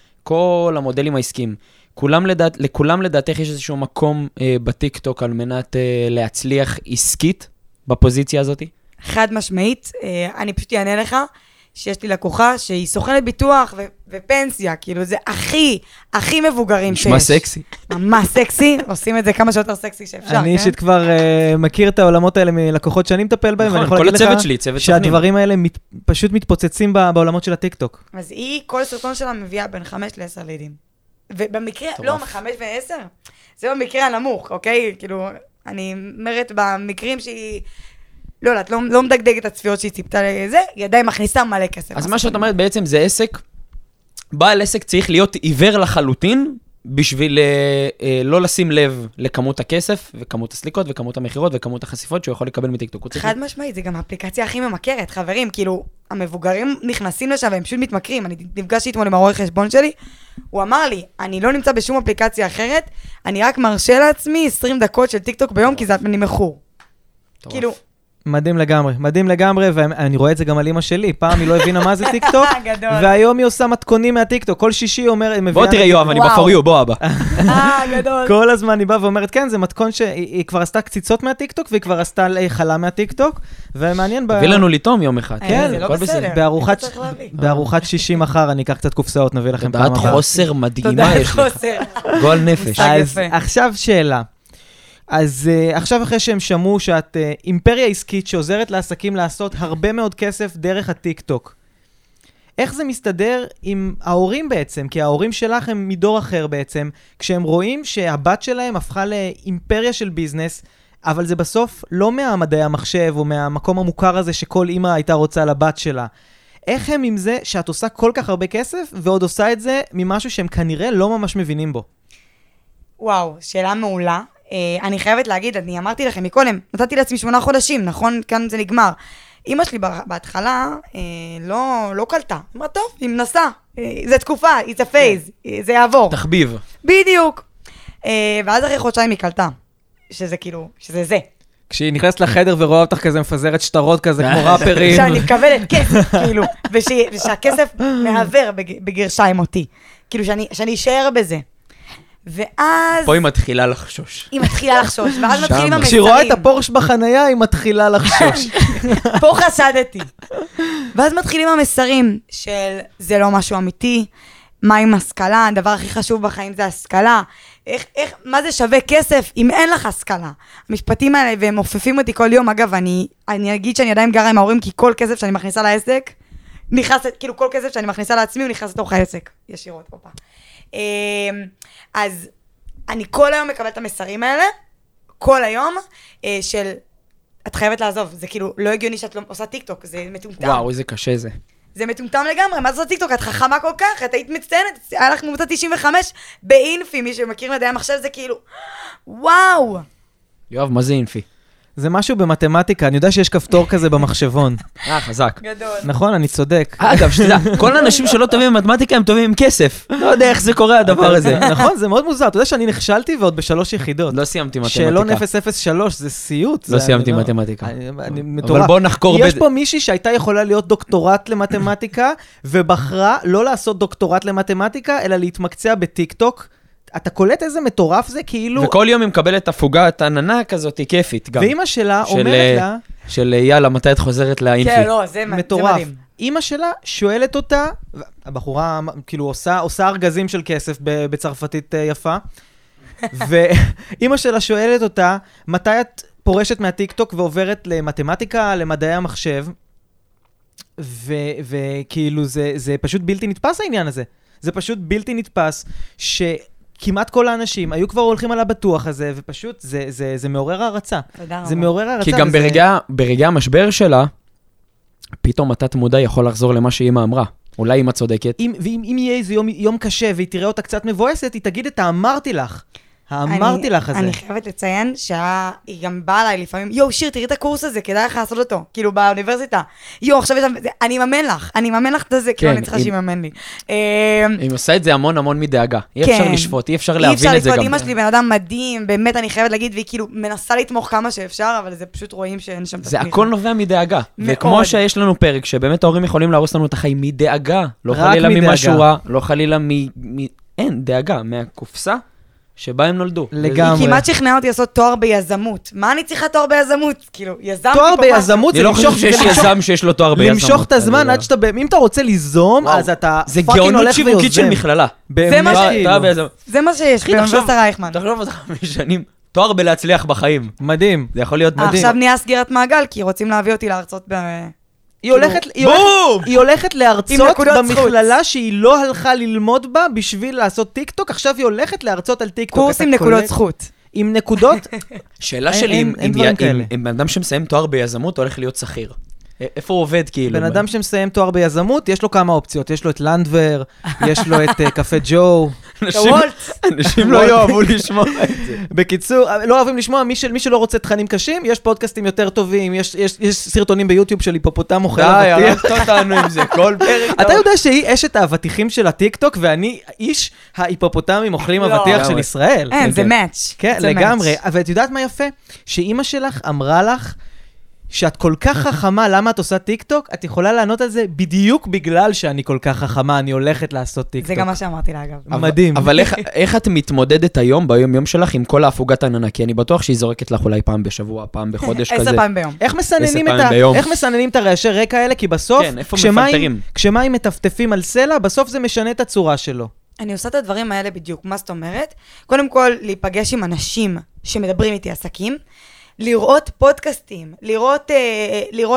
כל המודלים העסקיים. כולם לדעת, לכולם לדעתך יש איזשהו מקום אה, בטיקטוק על מנת אה, להצליח עסקית בפוזיציה הזאת? חד משמעית, אני פשוט אענה לך שיש לי לקוחה שהיא סוכנת ביטוח ו- ופנסיה, כאילו זה הכי, הכי מבוגרים שיש. נשמע סקסי. ממש סקסי, עושים את זה כמה שיותר סקסי שאפשר, אני אישית כבר uh, מכיר את העולמות האלה מלקוחות שאני מטפל בהם, ואני יכול להגיד לך שלי, שהדברים האלה מת, פשוט מתפוצצים בעולמות של הטיקטוק. אז היא, כל סרטון שלה מביאה בין חמש לעשר לידים. ובמקרה, לא, מחמש ועשר, זה במקרה הנמוך, אוקיי? כאילו, אני אומרת במקרים שהיא... לא, את לא, לא מדגדג את הצפיות שהיא ציפתה לזה, היא עדיין מכניסה מלא כסף. אז מה שאת אומרת בעצם זה עסק, בעל עסק צריך להיות עיוור לחלוטין, בשביל אה, לא לשים לב לכמות הכסף, וכמות הסליקות, וכמות המחירות, וכמות החשיפות שהוא יכול לקבל מטיקטוק. חד משמעית, זה גם האפליקציה הכי ממכרת, חברים, כאילו, המבוגרים נכנסים לשם והם פשוט מתמכרים. אני נפגשתי אתמול עם הרואה חשבון שלי, הוא אמר לי, אני לא נמצא בשום אפליקציה אחרת, אני רק מרשה לעצמי עשרים דקות של טיקטוק ביום, כי זה אני מחור. כאילו, מדהים לגמרי, מדהים לגמרי, ואני רואה את זה גם על אמא שלי, פעם היא לא הבינה מה זה טיקטוק, והיום היא עושה מתכונים מהטיקטוק, כל שישי אומרת, בוא תראה יואב, אני בפור יו, בוא אבא. אה, גדול. כל הזמן היא באה ואומרת, כן, זה מתכון שהיא כבר עשתה קציצות מהטיקטוק, והיא כבר עשתה חלה מהטיקטוק, ומעניין... תביא לנו לטום יום אחד. כן, זה לא בסדר. בארוחת שישי מחר, אני אקח קצת קופסאות, נביא לכם פעם הבאה. תודעת חוסר מדהימה יש לך. גועל נפש. אז עכשיו שאלה. אז uh, עכשיו אחרי שהם שמעו שאת uh, אימפריה עסקית שעוזרת לעסקים לעשות הרבה מאוד כסף דרך הטיק טוק, איך זה מסתדר עם ההורים בעצם? כי ההורים שלך הם מדור אחר בעצם, כשהם רואים שהבת שלהם הפכה לאימפריה של ביזנס, אבל זה בסוף לא מהמדעי המחשב או מהמקום המוכר הזה שכל אמא הייתה רוצה לבת שלה. איך הם עם זה שאת עושה כל כך הרבה כסף, ועוד עושה את זה ממשהו שהם כנראה לא ממש מבינים בו? וואו, שאלה מעולה. Uh, אני חייבת להגיד, אני אמרתי לכם מקודם, נתתי לעצמי שמונה חודשים, נכון? כאן זה נגמר. אמא שלי בהתחלה uh, לא, לא קלטה. אמרה, טוב, היא מנסה. Uh, זה תקופה, it's a phase, uh, זה יעבור. תחביב. בדיוק. Uh, ואז אחרי חודשיים היא קלטה. שזה כאילו, שזה זה. כשהיא נכנסת לחדר ורואה אותך כזה מפזרת שטרות כזה, כמו ראפרים. שאני מקבלת כסף, כאילו, ושהכסף מעבר בגרשיים אותי. כאילו, שאני אשאר בזה. ואז... פה היא מתחילה לחשוש. היא מתחילה לחשוש, ואז מתחילים המסרים. כשהיא רואה את הפורש בחנייה, היא מתחילה לחשוש. פה חשדתי. ואז מתחילים המסרים של זה לא משהו אמיתי, מה עם השכלה, הדבר הכי חשוב בחיים זה השכלה. איך, איך, מה זה שווה כסף אם אין לך השכלה? המשפטים האלה, והם מופפים אותי כל יום. אגב, אני, אני אגיד שאני עדיין גרה עם ההורים, כי כל כסף שאני מכניסה לעסק, נכנס, כאילו כל כסף שאני מכניסה לעצמי, הוא נכנס לתוך העסק. ישירות, אופה. אז אני כל היום מקבלת את המסרים האלה, כל היום, של את חייבת לעזוב. זה כאילו לא הגיוני שאת לא עושה טיקטוק, זה מטומטם. וואו, איזה קשה זה. זה מטומטם לגמרי, מה זה עושה טיקטוק? את חכמה כל כך, את היית מצטיינת, היה לך ממוצע תשעים וחמש באינפי, מי שמכיר מדעי המחשב זה כאילו, וואו. יואב, מה זה אינפי? זה משהו במתמטיקה, אני יודע שיש כפתור כזה במחשבון. אה, חזק. גדול. נכון, אני צודק. אגב, שתדע, כל האנשים שלא טובים במתמטיקה הם טובים עם כסף. לא יודע איך זה קורה הדבר הזה. נכון, זה מאוד מוזר. אתה יודע שאני נכשלתי ועוד בשלוש יחידות. לא סיימתי מתמטיקה. שאלון אפס אפס שלוש, זה סיוט. לא סיימתי מתמטיקה. אבל בוא נחקור... יש פה מישהי שהייתה יכולה להיות דוקטורט למתמטיקה, ובחרה לא לעשות דוקטורט למתמטיקה, אלא להתמקצע בטיקטוק. אתה קולט איזה מטורף זה, כאילו... וכל יום היא מקבלת הפוגת עננה כזאת, היא כיפית גם. ואמא שלה אומרת לה... של יאללה, מתי את חוזרת לאינפי? כן, לא, זה מטורף. אמא שלה שואלת אותה, הבחורה כאילו עושה, עושה ארגזים של כסף בצרפתית יפה, ואמא שלה שואלת אותה, מתי את פורשת מהטיקטוק ועוברת למתמטיקה, למדעי המחשב, וכאילו זה, זה פשוט בלתי נתפס העניין הזה. זה פשוט בלתי נתפס, שכמעט כל האנשים היו כבר הולכים על הבטוח הזה, ופשוט זה, זה, זה מעורר הערצה. זה מעורר הערצה. כי גם וזה... ברגע, ברגע המשבר שלה, פתאום התת מודע יכול לחזור למה שאמא אמרה. אולי אמא צודקת. אם, ואם אם יהיה איזה יום, יום קשה, והיא תראה אותה קצת מבואסת, היא תגיד את האמרתי לך. האמרתי לך הזה. אני חייבת לציין שהיא גם באה אליי לפעמים, יו, שיר, תראי את הקורס הזה, כדאי לך לעשות אותו, כאילו באוניברסיטה. יו, עכשיו יש... אני אממן לך, אני אממן לך את זה, כאילו אני צריכה שיממן לי. היא עושה את זה המון המון מדאגה. אי אפשר לשפוט, אי אפשר להבין את זה גם. אי אפשר לשפוט, אמא שלי בן אדם מדהים, באמת אני חייבת להגיד, והיא כאילו מנסה לתמוך כמה שאפשר, אבל זה פשוט רואים שאין שם תמיכה. זה הכל נובע מדאגה. וכמו שיש לנו פרק, שבאמת ההורים יכולים להרוס לנו את החיים מדאגה. לא חלילה ממשהו רע, לא חלילה מ... אין, דאגה, מהקופסה שבה הם נולדו. לגמרי. היא כמעט שכנעה אותי לעשות תואר ביזמות. מה אני צריכה תואר ביזמות? כאילו, יזמתי תואר ביזמות זה למשוך... אני לא חושב שיש יזם שיש לו תואר ביזמות. למשוך את הזמן עד שאתה... אם אתה רוצה ליזום, אז אתה זה גאונות שיווקית של מכללה. זה מה שיש באוניברסיטה רייכמן. תחשוב עוד חמש שנים. תואר בלהצליח בחיים. מדהים. זה יכול להיות מדהים. עכשיו נהיה סגירת מעגל, כי רוצים להביא אותי להרצות ב... היא הולכת, היא, הולכת, היא הולכת להרצות במכללה שהיא לא הלכה ללמוד בה בשביל לעשות טיקטוק, עכשיו היא הולכת להרצות על טיקטוק. קורס עם נקודות זכות. עם נקודות? שאלה שלי, אם בן אדם שמסיים תואר ביזמות הולך להיות שכיר. איפה הוא עובד כאילו? בן אדם שמסיים תואר ביזמות, יש לו כמה אופציות. יש לו את לנדבר, יש לו את קפה ג'ו. אנשים לא יאהבו לשמוע את זה. בקיצור, לא אוהבים לשמוע, מי שלא רוצה תכנים קשים, יש פודקאסטים יותר טובים, יש סרטונים ביוטיוב של היפופוטם אוכל אבטיח. די, הרגת אותנו עם זה, כל פרק. אתה יודע שהיא אשת האבטיחים של הטיקטוק, ואני איש ההיפופוטמים אוכלים אבטיח של ישראל. אין, זה מאץ'. כן, לגמרי. ואת יודעת מה יפה? שאמא שלך אמרה לך, שאת כל כך חכמה, למה את עושה טיקטוק? את יכולה לענות על זה בדיוק בגלל שאני כל כך חכמה, אני הולכת לעשות טיקטוק. זה גם מה שאמרתי לה, אגב. מדהים. אבל איך, איך את מתמודדת היום, ביום יום שלך, עם כל ההפוגת עננה? כי אני בטוח שהיא זורקת לך אולי פעם בשבוע, פעם בחודש כזה. עשר פעם ביום. איך מסננים את ה... איך מסננים את הרעשי רקע האלה? כי בסוף, כן, כשמים, כשמים מטפטפים על סלע, בסוף זה משנה את הצורה שלו. אני עושה את הדברים האלה בדיוק. מה זאת אומרת? קודם כל, להיפגש עם אנשים שמדברים איתי עסקים, לראות פודקאסטים, לראות, אה, לראות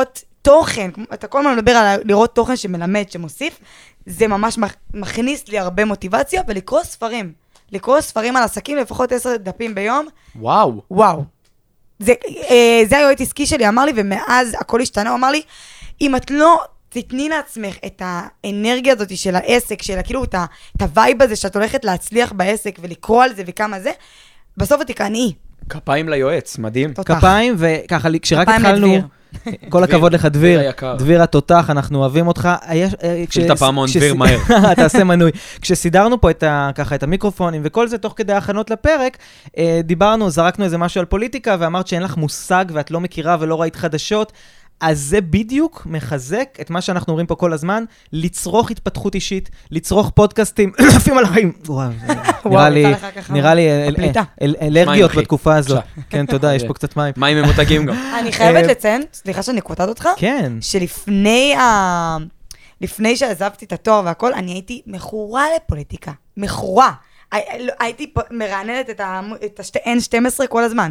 תוכן, אתה כל הזמן מדבר על לראות תוכן שמלמד, שמוסיף, זה ממש מכניס לי הרבה מוטיבציה, ולקרוא ספרים. לקרוא ספרים על עסקים, לפחות עשר דפים ביום. וואו. וואו. זה, אה, זה היועץ עסקי שלי, אמר לי, ומאז הכל השתנה, הוא אמר לי, אם את לא תתני לעצמך את האנרגיה הזאת של העסק, של כאילו את, את הווייב הזה, שאת הולכת להצליח בעסק, ולקרוא על זה וכמה זה, בסוף את תקעני. כפיים ליועץ, מדהים. תותח. כפיים, וככה, כשרק כפיים התחלנו... לדביר. כל הכבוד לך, דביר. דביר היקר. דביר התותח, אנחנו אוהבים אותך. תפעיל את הפעמון, דביר מהר. תעשה מנוי. כשסידרנו פה את ה- ככה את המיקרופונים וכל זה, תוך כדי ההכנות לפרק, אה, דיברנו, זרקנו איזה משהו על פוליטיקה, ואמרת שאין לך מושג ואת לא מכירה ולא ראית חדשות. אז זה בדיוק מחזק את מה שאנחנו אומרים פה כל הזמן, לצרוך התפתחות אישית, לצרוך פודקאסטים, עפים על החיים. וואו, נראה לי, נראה לי אלרגיות בתקופה הזאת. כן, תודה, יש פה קצת מים. מים ממותגים גם. אני חייבת לציין, סליחה שאני קוטעת אותך, כן. שלפני ה... לפני שעזבתי את התואר והכל, אני הייתי מכורה לפוליטיקה. מכורה. הייתי מרעננת את ה-אן שתים עשרה כל הזמן.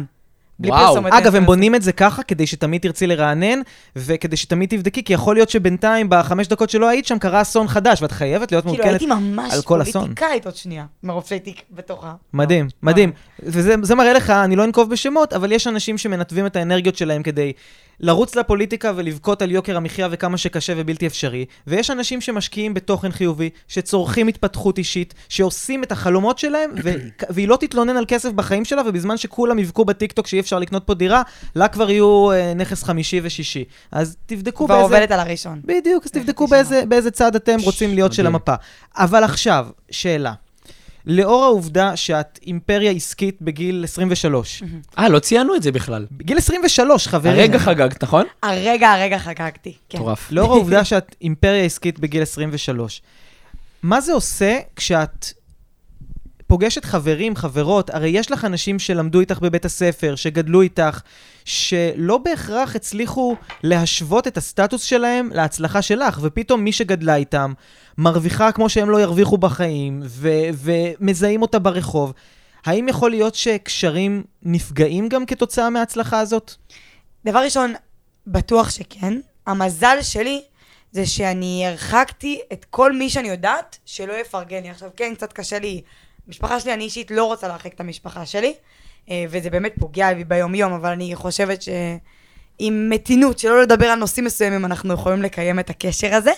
אגב, הם בונים את זה ככה, כדי שתמיד תרצי לרענן, וכדי שתמיד תבדקי, כי יכול להיות שבינתיים, בחמש דקות שלא היית שם, קרה אסון חדש, ואת חייבת להיות מעודכנת על כל אסון. כאילו, הייתי ממש פוליטיקאית עוד שנייה, מרוב שהייתי בתוכה. מדהים, מדהים. וזה מראה לך, אני לא אנקוב בשמות, אבל יש אנשים שמנתבים את האנרגיות שלהם כדי לרוץ לפוליטיקה ולבכות על יוקר המחיה וכמה שקשה ובלתי אפשרי, ויש אנשים שמשקיעים בתוכן חיובי, שצורכים התפתחות אישית, שעושים את החלומות שלהם, והיא לא תתלונן על כסף בחיים שלה, ובזמן שכולם יבכו בטיקטוק שאי אפשר לקנות פה דירה, לה כבר יהיו נכס חמישי ושישי. אז תבדקו באיזה... ועובדת על הראשון. בדיוק, אז תבדקו באיזה צד אתם רוצים להיות של המפה. אבל עכשיו, שאלה. לאור העובדה שאת אימפריה עסקית בגיל עשרים ושלוש. אה, לא ציינו את זה בכלל. בגיל עשרים ושלוש, חברים. הרגע חגגת, נכון? הרגע, הרגע חגגתי. טורף. לאור העובדה שאת אימפריה עסקית בגיל עשרים ושלוש. מה זה עושה כשאת פוגשת חברים, חברות? הרי יש לך אנשים שלמדו איתך בבית הספר, שגדלו איתך, שלא בהכרח הצליחו להשוות את הסטטוס שלהם להצלחה שלך, ופתאום מי שגדלה איתם מרוויחה כמו שהם לא ירוויחו בחיים, ו- ומזהים אותה ברחוב. האם יכול להיות שקשרים נפגעים גם כתוצאה מההצלחה הזאת? דבר ראשון, בטוח שכן. המזל שלי זה שאני הרחקתי את כל מי שאני יודעת שלא יפרגן לי. עכשיו כן, קצת קשה לי. משפחה שלי, אני אישית לא רוצה להרחיק את המשפחה שלי, וזה באמת פוגע לי ביום יום, אבל אני חושבת שעם מתינות, שלא לדבר על נושאים מסוימים, אנחנו יכולים לקיים את הקשר הזה.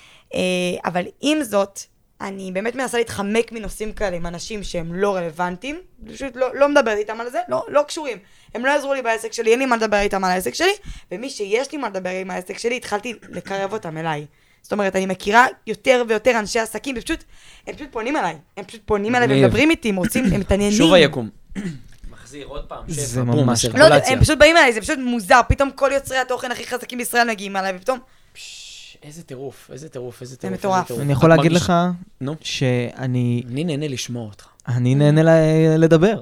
אבל עם זאת, אני באמת מנסה להתחמק מנושאים כאלה עם אנשים שהם לא רלוונטיים, פשוט לא, לא מדברת איתם על זה, לא, לא קשורים. הם לא יעזרו לי בעסק שלי, אין לי מה לדבר איתם על העסק שלי, ומי שיש לי מה לדבר עם העסק שלי, התחלתי לקרב אותם אליי. זאת אומרת, אני מכירה יותר ויותר אנשי עסקים, ופשוט, הם פשוט פונים אליי. הם פשוט פונים אליי ומדברים איתי, הם רוצים, הם מתעניינים. שוב היקום. מחזיר עוד פעם. זה ממש לא, הם פשוט באים אליי, זה פשוט מוזר. פתאום כל יוצרי התוכן הכי חזקים בישראל מגיעים אליי, ופתאום... איזה טירוף, איזה טירוף, איזה טירוף. זה מטורף. אני יכול להגיד לך שאני... אני נהנה לשמוע אותך. אני נהנה לדבר.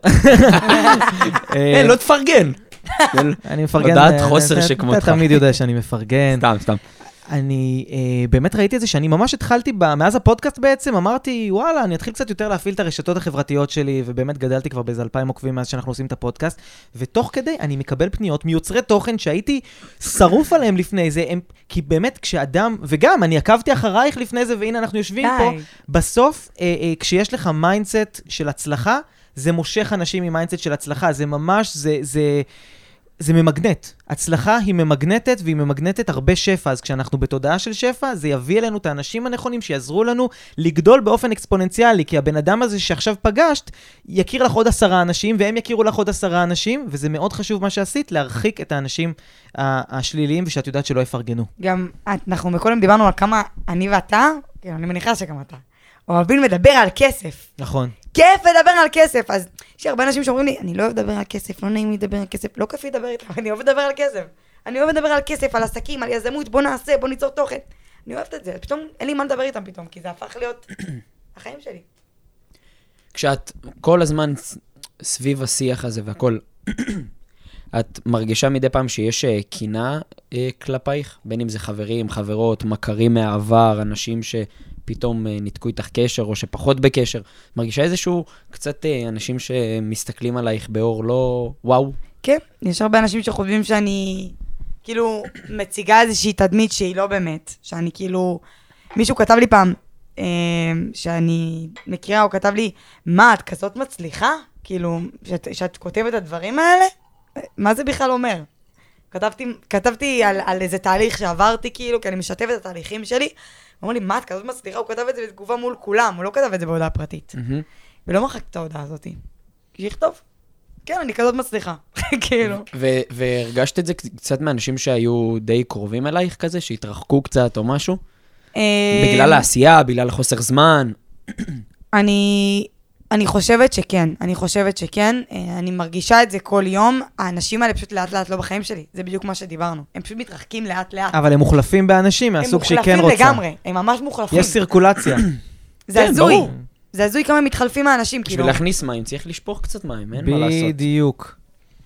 לא תפרגן. אני מפרגן. לדעת חוסר שכמותך. אתה תמיד יודע שאני מפרגן. סתם, סתם. אני אה, באמת ראיתי את זה שאני ממש התחלתי, ב, מאז הפודקאסט בעצם, אמרתי, וואלה, אני אתחיל קצת יותר להפעיל את הרשתות החברתיות שלי, ובאמת גדלתי כבר באיזה אלפיים עוקבים מאז שאנחנו עושים את הפודקאסט, ותוך כדי אני מקבל פניות מיוצרי תוכן שהייתי שרוף עליהם לפני זה, הם, כי באמת כשאדם, וגם אני עקבתי אחרייך לפני זה, והנה אנחנו יושבים פה, בסוף, אה, אה, כשיש לך מיינדסט של הצלחה, זה מושך אנשים עם מיינדסט של הצלחה, זה ממש, זה... זה זה ממגנט. הצלחה היא ממגנטת, והיא ממגנטת הרבה שפע. אז כשאנחנו בתודעה של שפע, זה יביא אלינו את האנשים הנכונים שיעזרו לנו לגדול באופן אקספוננציאלי, כי הבן אדם הזה שעכשיו פגשת, יכיר לך עוד עשרה אנשים, והם יכירו לך עוד עשרה אנשים, וזה מאוד חשוב מה שעשית, להרחיק את האנשים השליליים, ושאת יודעת שלא יפרגנו. גם אנחנו מקודם דיברנו על כמה אני ואתה, אני מניחה שגם אתה, אוהבים לדבר על כסף. נכון. כיף לדבר על כסף, אז יש הרבה אנשים שאומרים לי, אני לא אוהב לדבר על כסף, לא נעים לי לדבר על כסף, לא כיף לי לדבר איתם, אני אוהב לדבר על כסף. אני אוהב לדבר על כסף, על עסקים, על יזמות, בוא נעשה, בוא ניצור תוכן. אני אוהבת את זה, פתאום אין לי מה לדבר איתם פתאום, כי זה הפך להיות החיים שלי. כשאת כל הזמן סביב השיח הזה והכל, את מרגישה מדי פעם שיש קינה כלפייך, בין אם זה חברים, חברות, מכרים מהעבר, אנשים ש... פתאום ניתקו איתך קשר, או שפחות בקשר. מרגישה איזשהו קצת אנשים שמסתכלים עלייך באור לא וואו? כן, יש הרבה אנשים שחושבים שאני כאילו מציגה איזושהי תדמית שהיא לא באמת, שאני כאילו, מישהו כתב לי פעם, אה, שאני מכירה, הוא כתב לי, מה, את כזאת מצליחה? כאילו, שאת, שאת כותבת את הדברים האלה? מה זה בכלל אומר? כתבתי, כתבתי על, על איזה תהליך שעברתי, כאילו, כי אני משתפת את התהליכים שלי, הוא אמר לי, מה, את כזאת מצליחה? הוא כתב את זה בתגובה מול כולם, הוא לא כתב את זה בהודעה פרטית. Mm-hmm. ולא מחקתי את ההודעה הזאת. שיכתוב. כן, אני כזאת מצליחה. כאילו. ו- והרגשת את זה קצת מאנשים שהיו די קרובים אלייך כזה, שהתרחקו קצת או משהו? בגלל העשייה, בגלל חוסר זמן? אני... אני חושבת שכן, אני חושבת שכן, אני מרגישה את זה כל יום, האנשים האלה פשוט לאט לאט לא בחיים שלי, זה בדיוק מה שדיברנו, הם פשוט מתרחקים לאט לאט. אבל הם מוחלפים באנשים מהסוג שהיא כן רוצה. הם מוחלפים לגמרי, הם ממש מוחלפים. יש סירקולציה. זה הזוי, זה הזוי כמה מתחלפים האנשים, כאילו. בשביל להכניס מים, צריך לשפוך קצת מים, אין מה לעשות. בדיוק.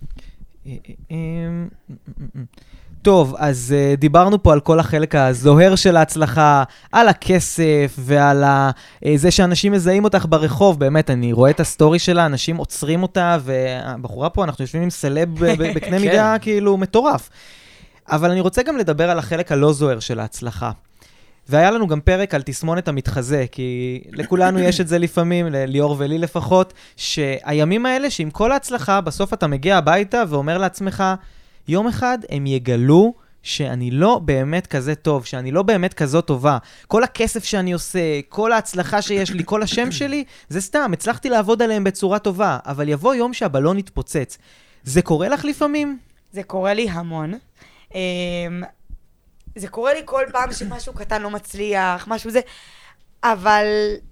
טוב, אז uh, דיברנו פה על כל החלק הזוהר של ההצלחה, על הכסף ועל ה, uh, זה שאנשים מזהים אותך ברחוב. באמת, אני רואה את הסטורי שלה, אנשים עוצרים אותה, והבחורה פה, אנחנו יושבים עם סלב בקנה מידה כאילו מטורף. אבל אני רוצה גם לדבר על החלק הלא זוהר של ההצלחה. והיה לנו גם פרק על תסמונת המתחזה, כי לכולנו יש את זה לפעמים, ליאור ולי לפחות, שהימים האלה שעם כל ההצלחה, בסוף אתה מגיע הביתה ואומר לעצמך, יום אחד הם יגלו שאני לא באמת כזה טוב, שאני לא באמת כזאת טובה. כל הכסף שאני עושה, כל ההצלחה שיש לי, כל השם שלי, זה סתם, הצלחתי לעבוד עליהם בצורה טובה, אבל יבוא יום שהבלון יתפוצץ. זה קורה לך לפעמים? זה קורה לי המון. זה קורה לי כל פעם שמשהו קטן לא מצליח, משהו זה, אבל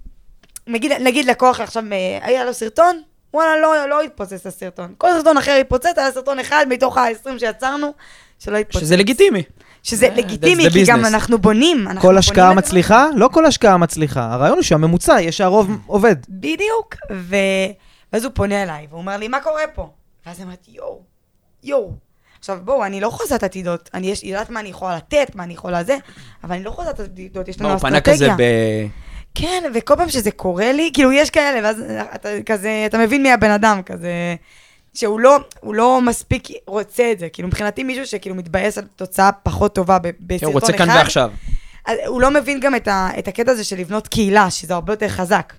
נגיד, נגיד לקוח עכשיו, היה לו סרטון, וואלה, לא, לא התפוצץ הסרטון. כל סרטון אחר התפוצץ, היה סרטון אחד מתוך ה-עשרים שיצרנו, שלא התפוצץ. שזה לגיטימי. שזה לגיטימי, כי גם אנחנו בונים. כל השקעה מצליחה? לא כל השקעה מצליחה. הרעיון הוא שהממוצע, יש שהרוב עובד. בדיוק. ואז הוא פונה אליי, והוא אומר לי, מה קורה פה? ואז אמרתי, יואו, יואו. עכשיו בואו, אני לא חוזת עתידות. אני יודעת מה אני יכולה לתת, מה אני יכולה זה, אבל אני לא חוזת עתידות, יש לנו אסטרטגיה. הוא פנה כזה ב... כן, וכל פעם שזה קורה לי, כאילו יש כאלה, ואז אתה, כזה, אתה מבין מי הבן אדם, כזה, שהוא לא, הוא לא מספיק רוצה את זה, כאילו מבחינתי מישהו שכאילו מתבאס על תוצאה פחות טובה בסרטון אחד. הוא רוצה כאן ועכשיו. הוא לא מבין גם את, ה, את הקטע הזה של לבנות קהילה, שזה הרבה יותר חזק.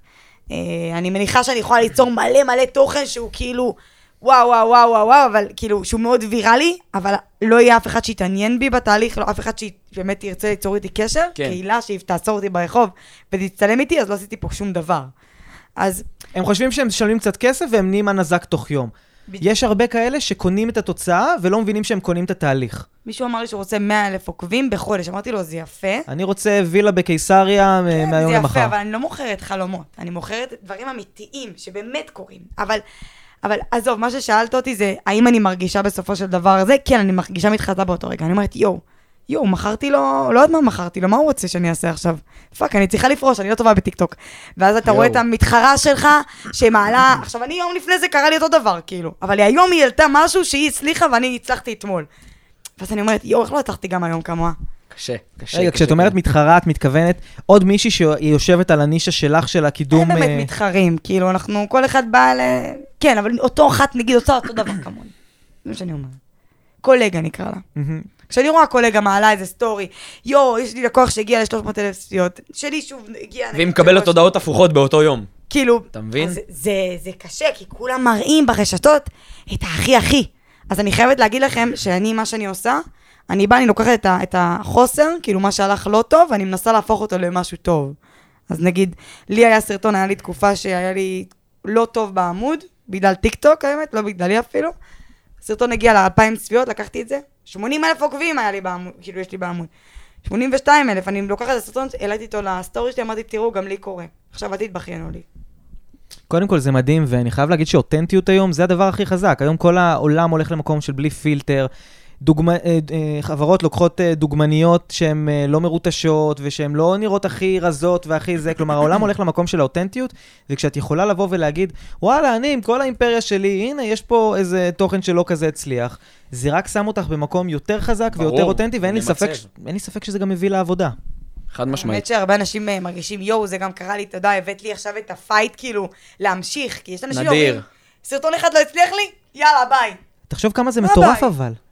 אני מניחה שאני יכולה ליצור מלא מלא תוכן שהוא כאילו, וואו, וואו, וואו, וואו, וואו, אבל כאילו, שהוא מאוד ויראלי, אבל לא יהיה אף אחד שיתעניין בי בתהליך, לא אף אחד שבאמת ירצה ליצור איתי קשר, כן. קהילה שתעצור אותי ברחוב ותצטלם איתי, אז לא עשיתי פה שום דבר. אז... הם חושבים שהם משלמים קצת כסף והם נהיים הנזק תוך יום. ב... יש הרבה כאלה שקונים את התוצאה ולא מבינים שהם קונים את התהליך. מישהו אמר לי שהוא רוצה מאה אלף עוקבים בחודש, אמרתי לו, זה יפה. אני רוצה וילה בקיסריה כן, מהיום למחר. זה יפה, אבל אני לא מוכרת חלומות, אני מוכרת דברים אמיתיים שבאמת קורים, אבל... אבל עזוב, מה ששאלת אותי זה, האם אני מרגישה בסופו של דבר הזה? כן, אני מרגישה מתחזה באותו רגע. אני אומרת, יואו, יואו, מכרתי לו, לא יודעת מה מכרתי לו, מה הוא רוצה שאני אעשה עכשיו? פאק, אני צריכה לפרוש, אני לא טובה בטיקטוק. ואז אתה רואה את המתחרה שלך, שמעלה, עכשיו אני יום לפני זה קרה לי אותו דבר, כאילו. אבל היום היא העלתה משהו שהיא הצליחה ואני הצלחתי אתמול. ואז אני אומרת, יואו, איך לא הצלחתי גם היום כמוה? קשה, קשה. רגע, כשאת אומרת מתחרה, את מתכוונת עוד מישהי שהיא יושבת על הנישה שלך, של הקידום... אין באמת מתחרים, כאילו, אנחנו, כל אחד בא ל... כן, אבל אותו אחת, נגיד, עושה אותו דבר כמוני. זה מה שאני אומרת. קולגה נקרא לה. כשאני רואה קולגה מעלה איזה סטורי, יו, יש לי לקוח שהגיע ל-שלוש מאות אלף צפיות, שלי שוב הגיע... והיא מקבלת הודעות הפוכות באותו יום. כאילו... אתה מבין? זה קשה, כי כולם מראים ברשתות את הכי הכי. אז אני חייבת להגיד לכם שאני, מה שאני עושה, אני באה, אני לוקחת את, ה, את החוסר, כאילו מה שהלך לא טוב, ואני מנסה להפוך אותו למשהו טוב. אז נגיד, לי היה סרטון, היה לי תקופה שהיה לי לא טוב בעמוד, בגלל טיקטוק, האמת, לא בגללי אפילו. הסרטון הגיע ל-אלפיים צפיות, לקחתי את זה. שמונים אלף עוקבים היה לי בעמוד, כאילו יש לי בעמוד. שמונים ושתיים אלף, אני לוקחת את הסרטון, העליתי אותו לסטורי שלי, אמרתי, תראו, גם לי קורה. עכשיו אל תתבכיינו לי. קודם כל זה מדהים, ואני חייב להגיד שאותנטיות היום זה הדבר הכי חזק. היום כל העולם הולך למקום של בלי פילטר. דוגמא, חברות לוקחות דוגמניות שהן לא מרוטשות, ושהן לא נראות הכי רזות והכי זה, כלומר העולם הולך למקום של האותנטיות, וכשאת יכולה לבוא ולהגיד, וואלה, אני עם כל האימפריה שלי, הנה, יש פה איזה תוכן שלא כזה הצליח, זה רק שם אותך במקום יותר חזק ברור, ויותר אותנטי, ואין לי ספק, אין לי ספק שזה גם מביא לעבודה. חד משמעית. האמת שהרבה אנשים מרגישים, יואו, זה גם קרה לי, תודה, הבאת לי עכשיו את הפייט, כאילו, להמשיך, כי יש אנשים אומרים, סרטון אחד לא הצליח לי, יאללה, ביי. תחשוב כמה זה מטורף אבל.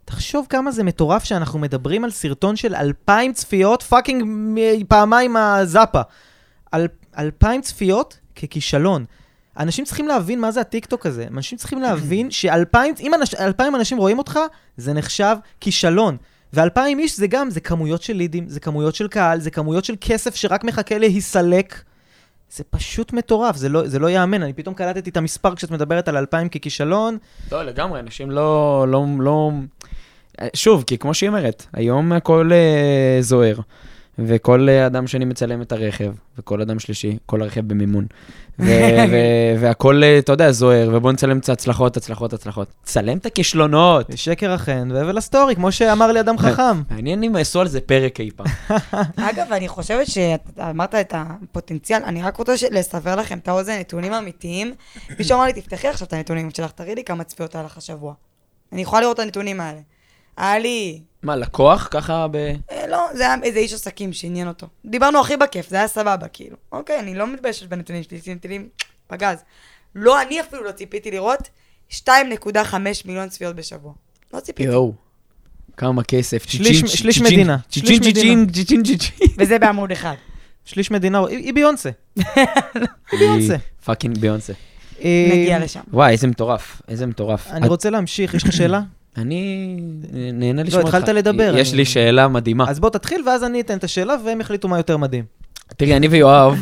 תחשוב כמה זה מטורף שאנחנו מדברים על סרטון של אלפיים צפיות, פאקינג פעמיים הזאפה. אל, אלפיים צפיות ככישלון. אנשים צריכים להבין מה זה הטיקטוק הזה. אנשים צריכים להבין שאלפיים, אם אנש, אלפיים אנשים רואים אותך, זה נחשב כישלון. ואלפיים איש זה גם, זה כמויות של לידים, זה כמויות של קהל, זה כמויות של כסף שרק מחכה להיסלק. זה פשוט מטורף, זה לא, זה לא יאמן. אני פתאום קלטתי את המספר כשאת מדברת על אלפיים ככישלון. לא, לגמרי, אנשים לא, לא, לא... שוב, כי כמו שהיא אומרת, היום הכל אה, זוהר, וכל אה, אדם שני מצלם את הרכב, וכל אדם שלישי, כל הרכב במימון. ו- ו- והכל, אה, אתה יודע, זוהר, ובוא נצלם את הצלחות, הצלחות, הצלחות. צלם את הכישלונות. שקר אכן, ולסטורי, כמו שאמר לי אדם חכם. מעניין אם עשו על זה פרק אי פעם. אגב, אני חושבת שאמרת את הפוטנציאל, אני רק רוצה לסבר לכם את האוזן, נתונים אמיתיים. מישהו אמר לי, תפתחי עכשיו את הנתונים שלך, תראי לי כמה צפיות היה לך השבוע. אני יכולה לראות את הנתונים האלה. היה לי... מה, לקוח? ככה ב... אה, לא, זה היה איזה איש עסקים שעניין אותו. דיברנו הכי בכיף, זה היה סבבה, כאילו. אוקיי, אני לא מתביישת בנתונים שלי, נתונים פגז. לא, אני אפילו לא ציפיתי לראות שתיים נקודה חמש מיליון צפיות בשבוע. לא ציפיתי. יואו, כמה כסף. שליש מדינה. צ'יצ'ין, צ'יצ'ין, צ'יצ'ין, צ'יצ'ין. וזה בעמוד אחד. שליש מדינה, היא ביונסה. היא ביונסה. פאקינג ביונסה. נגיע לשם. וואי, איזה מטורף, איזה מטורף. אני רוצה להמשיך, יש לך שאלה? אני נהנה לשמוע אותך. לא, התחלת לדבר. יש לי שאלה מדהימה. אז בוא תתחיל, ואז אני אתן את השאלה, והם יחליטו מה יותר מדהים. תראי, אני ויואב,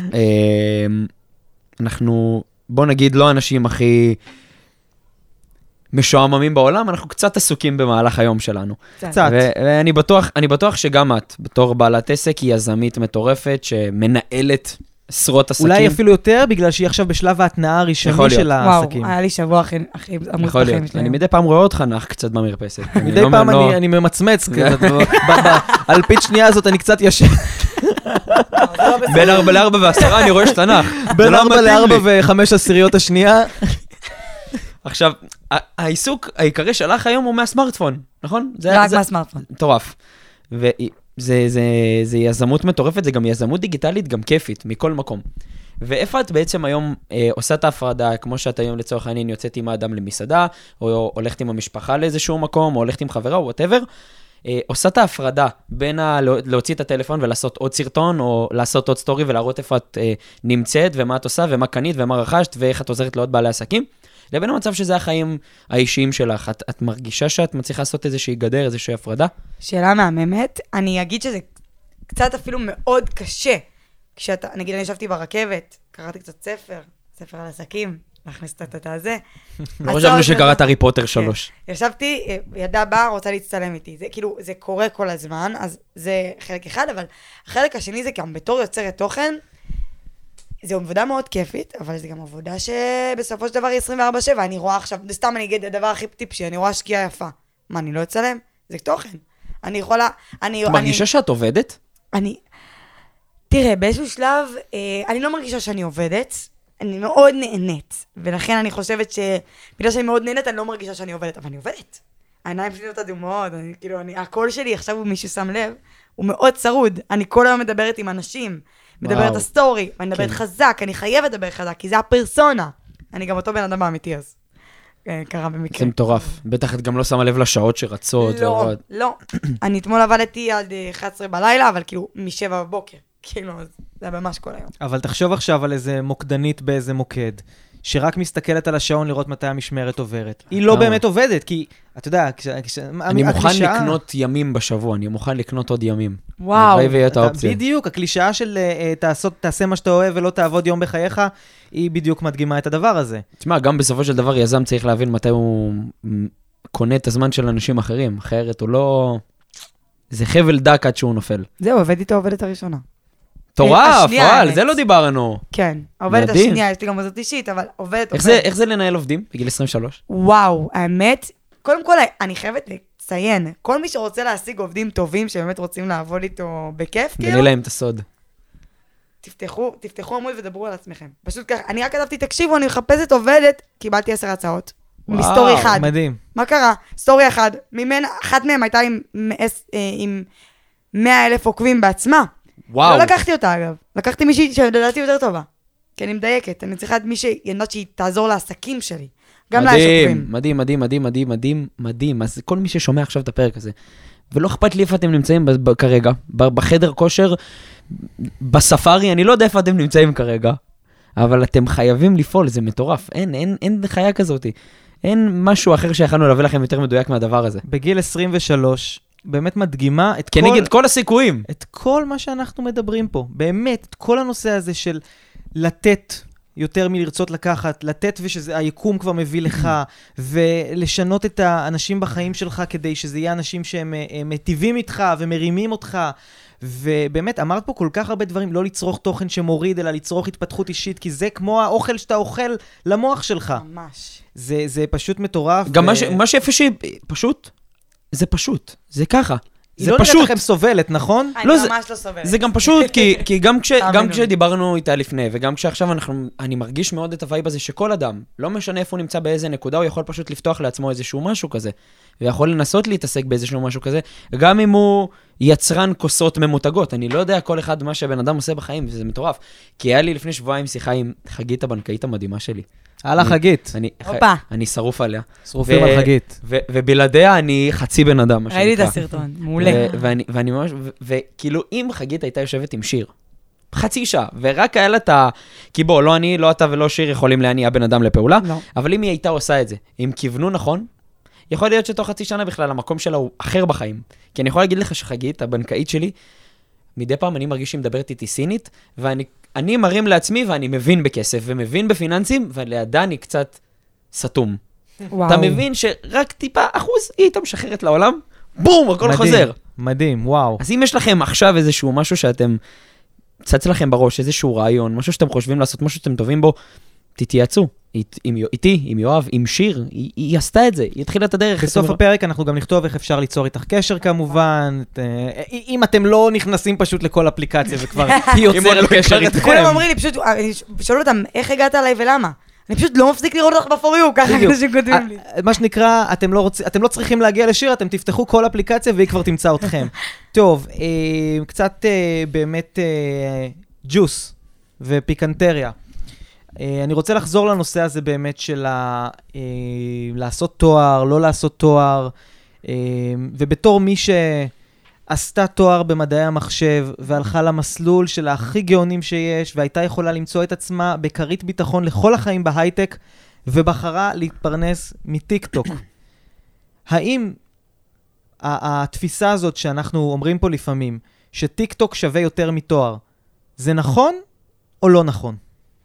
אנחנו, בוא נגיד, לא אנשים הכי משועממים בעולם, אנחנו קצת עסוקים במהלך היום שלנו. קצת. ואני בטוח, אני בטוח שגם את, בתור בעלת עסק, היא יזמית מטורפת, שמנהלת עשרות עסקים. אולי אפילו יותר, בגלל שהיא עכשיו בשלב ההתנאה הראשוני של העסקים. וואו, היה לי שבוע הכי עמוד בחיים שלהם. אני מדי פעם רואה אותך נח קצת במרפסת. מדי פעם אני ממצמץ כזה. על פית שנייה הזאת אני קצת ישן. בין ארבע לארבע ועשרה אני רואה שאתה נח. בין ארבע לארבע וחמש עשיריות השנייה. עכשיו, העיסוק העיקרי שלך היום הוא מהסמארטפון, נכון? רק מהסמארטפון. מטורף. וזה זה, זה יזמות מטורפת, זה גם יזמות דיגיטלית, גם כיפית, מכל מקום. ואיפה את בעצם היום אה, עושה את ההפרדה, כמו שאת היום לצורך העניין יוצאת עם האדם למסעדה, או הולכת עם המשפחה לאיזשהו מקום, או הולכת עם חברה, או whatever, אה, עושה את ההפרדה בין ה- להוציא את הטלפון ולעשות עוד סרטון, או לעשות עוד סטורי ולהראות איפה את אה, נמצאת, ומה את עושה, ומה קנית, ומה רכשת, ואיך את עוזרת לעוד בעלי עסקים. לבין המצב שזה החיים האישיים שלך. את, את מרגישה שאת מצליחה לעשות איזושהי גדר, איזושהי הפרדה? שאלה מהממת. אני אגיד שזה קצת אפילו מאוד קשה. כשאתה, נגיד, אני ישבתי ברכבת, קראתי קצת ספר, ספר על עסקים, להכניס את הזה. לא חשבנו שקראת הארי פוטר שלוש. ישבתי, ידה באה, רוצה להצטלם איתי. זה כאילו, זה קורה כל הזמן, אז זה חלק אחד, אבל החלק השני זה גם בתור יוצרת תוכן, זו עבודה מאוד כיפית, אבל זה גם עבודה שבסופו של דבר היא עשרים וארבע שבע. אני רואה עכשיו, סתם אני אגיד, הדבר הכי טיפשי, אני רואה שקיעה יפה. מה, אני לא אצלם? זה תוכן. אני יכולה... אני, מרגישה אני, שאת עובדת? אני... תראה, באיזשהו שלב, אה, אני לא מרגישה שאני עובדת, אני מאוד נהנית. ולכן אני חושבת ש... בגלל שאני מאוד נהנית, אני לא מרגישה שאני עובדת, אבל אני עובדת. העיניים שלי אותה דומות, אני, כאילו, אני, הקול שלי, עכשיו הוא מישהו שם לב, הוא מאוד צרוד. אני כל היום מדברת עם אנשים. מדברת את הסטורי, ואני מדברת חזק, אני חייבת לדבר חזק, כי זה הפרסונה. אני גם אותו בן אדם האמיתי, אז קרה במקרה. זה מטורף. בטח את גם לא שמה לב לשעות שרצות. לא, לא. אני אתמול עבדתי עד אחת עשרה בלילה, אבל כאילו משבע בבוקר. כאילו, זה ממש כל היום. אבל תחשוב עכשיו על איזה מוקדנית באיזה מוקד, שרק מסתכלת על השעון לראות מתי המשמרת עוברת. היא לא באמת עובדת, כי, אתה יודע, אני מוכן לקנות ימים בשבוע, אני מוכן לקנות עוד ימים. וואו. בדיוק, הקלישאה של תעשה מה שאתה אוהב ולא תעבוד יום בחייך, היא בדיוק מדגימה את הדבר הזה. תשמע, גם בסופו של דבר יזם צריך להבין מתי הוא קונה את הזמן של אנשים אחרים, אחרת הוא לא... זה חבל דק עד שהוא נופל. זהו, עובד איתו עובדת הראשונה. טורף, וואל, זה לא דיברנו. כן, עובדת השנייה, יש לי גם עובדת אישית, אבל עובדת... איך זה לנהל עובדים בגיל עשרים ושלוש? וואו, האמת, קודם כל, אני חייבת לציין, כל מי שרוצה להשיג עובדים טובים, שבאמת רוצים לעבוד איתו בכיף, כאילו... גלי להם את הסוד. תפתחו, תפתחו עמוד ודברו על עצמכם. פשוט ככה, אני רק כתבתי, תקשיבו, אני מחפשת עובדת, קיבלתי עשר הצעות. מסטורי אחד. מדהים. מה קרה? סטורי אחד. ממנה, אחת מהם הייתה עם, עם מאה אלף עוקבים בעצמה. וואו. לא לקחתי אותה, אגב. לקחתי מישהי שלדעתי יותר טובה. כי אני מדייקת. אני צריכה את מי שידעת שהיא תעזור לעסקים שלי. גם לה יש עוקבים. מדהים, מדהים, מדהים, מדהים, מדהים, מדהים. אז כל מי ששומע עכשיו את הפרק הזה, ולא אכפת לי איפה אתם נמצאים כרגע, בחדר כושר, בספארי, אני לא יודע איפה אתם נמצאים כרגע, אבל אתם חייבים לפעול, זה מטורף. אין, אין, אין חיה כזאת. אין משהו אחר שיכולנו להביא לכם יותר מדויק מהדבר הזה. בגיל עשרים ושלוש, באמת מדגימה את כל... כנגד כל הסיכויים. את כל מה שאנחנו מדברים פה. באמת, את כל הנושא הזה של לתת יותר מלרצות לקחת, לתת ושהיקום כבר מביא לך, ולשנות את האנשים בחיים שלך כדי שזה יהיה אנשים שהם מטיבים איתך ומרימים אותך. ובאמת, אמרת פה כל כך הרבה דברים, לא לצרוך תוכן שמוריד, אלא לצרוך התפתחות אישית, כי זה כמו האוכל שאתה אוכל למוח שלך. ממש. זה, זה פשוט מטורף. גם ו... מה, ש... מה שיפה שפשוט, זה פשוט, זה ככה. היא זה לא פשוט. נראית לכם סובלת, נכון? אני לא, זה- ממש לא סובלת. זה גם פשוט, כי, כי גם, כש, גם תאמינו לי. כשדיברנו איתה לפני, וגם כשעכשיו אנחנו, אני מרגיש מאוד את הווייב הזה שכל אדם, לא משנה איפה הוא נמצא באיזה נקודה, הוא יכול פשוט לפתוח לעצמו איזשהו משהו כזה, ויכול לנסות להתעסק באיזשהו משהו כזה, גם אם הוא יצרן כוסות ממותגות. אני לא יודע כל אחד מה שבן אדם עושה בחיים, וזה מטורף. כי היה לי לפני שבועיים שיחה עם חגית הבנקאית המדהימה שלי. הלאה אני- חגית. אני, הופה. אני שרוף עליה. שרופים ו- על חגית. ו- ובלעדיה אני חצי בן אדם, מה ראיתי את שנקרא. הסרטון, מעולה. ו- ואני, ואני ממש, ו- וכאילו, אם חגית הייתה יושבת עם שיר, חצי שעה, ורק היה לה את ה... כי בוא, לא אני, לא אתה ולא שיר יכולים להניע בן אדם לפעולה, לא. אבל אם היא הייתה עושה את זה, אם כיוונו נכון, יכול להיות שתוך חצי שנה בכלל המקום שלה הוא אחר בחיים. כי אני יכול להגיד לך שחגית, הבנקאית שלי, מדי פעם אני מרגיש שהיא מדברת איתי סינית, ואני אני מרים לעצמי ואני מבין בכסף, ומבין בפיננסים, ולידה אני קצת סתום. וואו. אתה מבין שרק טיפה אחוז היא הייתה משחררת לעולם, בום, הכל מדהים, חוזר. מדהים, וואו. אז אם יש לכם עכשיו איזשהו משהו שאתם, צץ לכם בראש, איזשהו רעיון, משהו שאתם חושבים לעשות, משהו שאתם טובים בו, תתייעצו. אית- עם יו- איתי, עם יואב, עם שיר, היא, היא עשתה את זה, היא התחילה את הדרך. בסוף הפרק אנחנו גם נכתוב איך אפשר ליצור איתך קשר כמובן. את, אה, אם אתם לא נכנסים פשוט לכל אפליקציה וכבר היא אם עוד לא יוצרת קשר הכרתם. איתכם. כולם אומרים לי, פשוט, אני שאלו אותם, איך הגעת אליי ולמה? אני פשוט לא מפסיק לראות אותך ב-פור יו, ככה בדיוק. אנשים כותבים לי. אה, מה שנקרא, אתם לא, רוצ... אתם לא צריכים להגיע לשיר, אתם תפתחו כל אפליקציה והיא כבר תמצא אתכם. טוב, אה, קצת אה, באמת אה, ג'וס ופיקנטריה. אה, אני רוצה לחזור לנושא הזה באמת של ה... אה, לעשות תואר, לא לעשות תואר, אה, ובתור מי שעשתה תואר במדעי המחשב והלכה למסלול של הכי גאונים שיש, והייתה יכולה למצוא את עצמה בכרית ביטחון לכל החיים בהייטק, ובחרה להתפרנס מטיק-טוק. האם ה- התפיסה הזאת שאנחנו אומרים פה לפעמים, שטיק-טוק שווה יותר מתואר, זה נכון או לא נכון?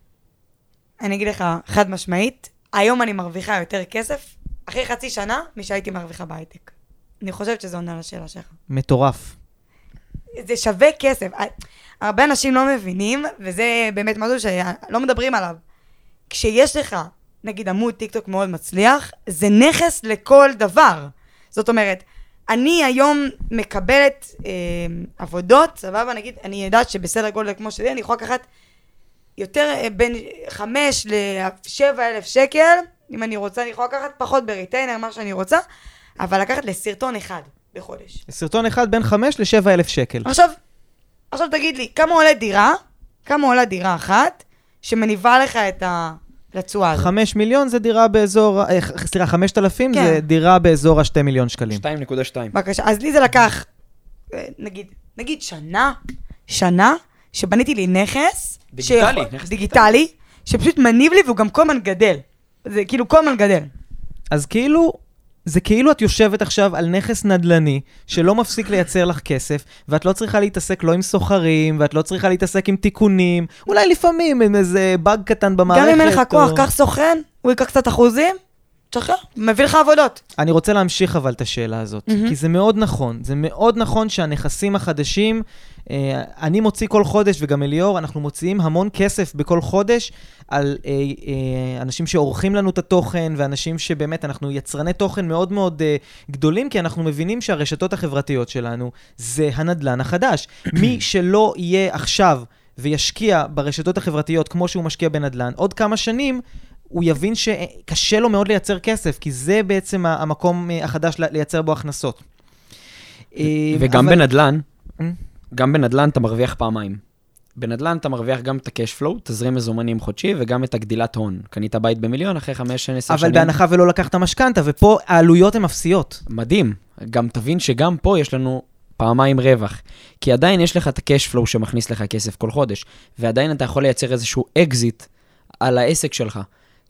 אני אגיד לך חד משמעית, היום אני מרוויחה יותר כסף, אחרי חצי שנה, משהייתי מרוויחה בהייטק. אני חושבת שזה עונה לשאלה שלך. מטורף. זה שווה כסף. הרבה אנשים לא מבינים, וזה באמת משהו שלא מדברים עליו. כשיש לך, נגיד עמוד טיקטוק מאוד מצליח, זה נכס לכל דבר. זאת אומרת, אני היום מקבלת אה, עבודות, סבבה, נגיד, אני יודעת שבסדר גודל כמו שלי, אני יכולה לקחת יותר אה, בין חמש לשבע אלף שקל, אם אני רוצה, אני יכולה לקחת פחות בריטיינר, מה שאני רוצה, אבל לקחת לסרטון אחד בחודש. סרטון אחד בין חמש לשבע אלף שקל. עכשיו, עכשיו תגיד לי, כמה עולה דירה, כמה עולה דירה אחת, שמניבה לך את התשואה הזאת? חמש מיליון זה דירה באזור, אה, סליחה, חמשת אלפים כן. זה דירה באזור השתי מיליון שקלים. שתיים נקודה שתיים. בבקשה, אז לי זה לקח, אה, נגיד, נגיד שנה, שנה, שבניתי לי נכס, דיגיטלי, שיכול- נכס דיגיטלי, שפשוט מניב לי והוא גם כל הזמן גדל. זה כאילו כל הזמן גדל. אז כאילו, זה כאילו את יושבת עכשיו על נכס נדלני, שלא מפסיק לייצר לך כסף, ואת לא צריכה להתעסק לא עם סוחרים, ואת לא צריכה להתעסק עם תיקונים, אולי לפעמים עם איזה באג קטן במערכת. גם אם אין לך כוח, או- קח סוכן, הוא ייקח קצת אחוזים, תשחרר, מביא לך עבודות. אני רוצה להמשיך אבל את השאלה הזאת, מהמם. כי זה מאוד נכון. זה מאוד נכון שהנכסים החדשים, אה, אני מוציא כל חודש, וגם אליאור, אנחנו מוציאים המון כסף בכל חודש על אה, אה, אנשים שעורכים לנו את התוכן, ואנשים שבאמת, אנחנו יצרני תוכן מאוד מאוד אה, גדולים, כי אנחנו מבינים שהרשתות החברתיות שלנו זה הנדלן החדש. מי שלא יהיה עכשיו וישקיע ברשתות החברתיות כמו שהוא משקיע בנדלן, עוד כמה שנים, הוא יבין שקשה לו מאוד לייצר כסף, כי זה בעצם המקום החדש לייצר בו הכנסות. וגם אבל- בנדלן, אה? גם בנדלן אתה מרוויח פעמיים. בנדל"ן אתה מרוויח גם את ה-cash flow, תזרים מזומנים חודשי, וגם את הגדילת הון. קנית בית במיליון אחרי חמש, עשר שנים. אבל בהנחה ולא לקחת משכנתה, ופה העלויות הן אפסיות. מדהים. גם תבין שגם פה יש לנו פעמיים רווח. כי עדיין יש לך את ה-cash flow שמכניס לך כסף כל חודש, ועדיין אתה יכול לייצר איזשהו אקזיט על העסק שלך.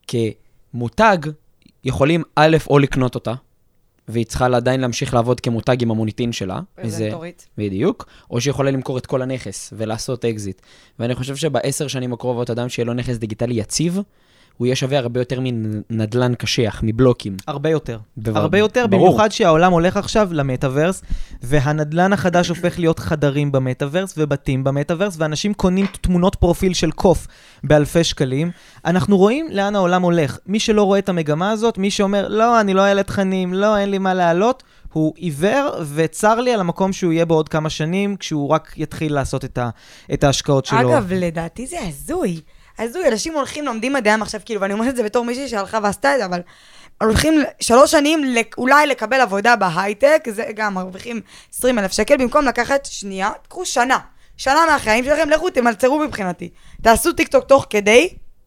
כמותג, יכולים א' או לקנות אותה, והיא צריכה עדיין להמשיך לעבוד כמותג עם המוניטין שלה. פרזנטורית. בדיוק. או שיכולה למכור את כל הנכס ולעשות אקזיט. ואני חושב שבעשר שנים הקרובות אדם שיהיה לו נכס דיגיטלי יציב, הוא יהיה שווה הרבה יותר מנדלן קשיח, מבלוקים. הרבה יותר. דבר, הרבה יותר, ברור. במיוחד שהעולם הולך עכשיו למטאברס, והנדלן החדש הופך להיות חדרים במטאברס, ובתים במטאברס, ואנשים קונים תמונות פרופיל של קוף באלפי שקלים. אנחנו רואים לאן העולם הולך. מי שלא רואה את המגמה הזאת, מי שאומר, לא, אני לא אעלה תכנים, לא, אין לי מה להעלות, הוא עיוור, וצר לי על המקום שהוא יהיה בעוד כמה שנים, כשהוא רק יתחיל לעשות את, ה, את ההשקעות שלו. אגב, לדעתי זה הזוי. הזוי, אנשים הולכים, לומדים מדעי המחשב, כאילו, ואני אומרת את זה בתור מישהי שהלכה ועשתה את זה, אבל הולכים שלוש שנים אולי לקבל עבודה בהייטק, זה גם מרוויחים עשרים אלף שקל, במקום לקחת שנייה, תקחו שנה. שנה מהחיים שלכם, לכו, תמלצרו מבחינתי. תעשו טיק טוק תוך כדי,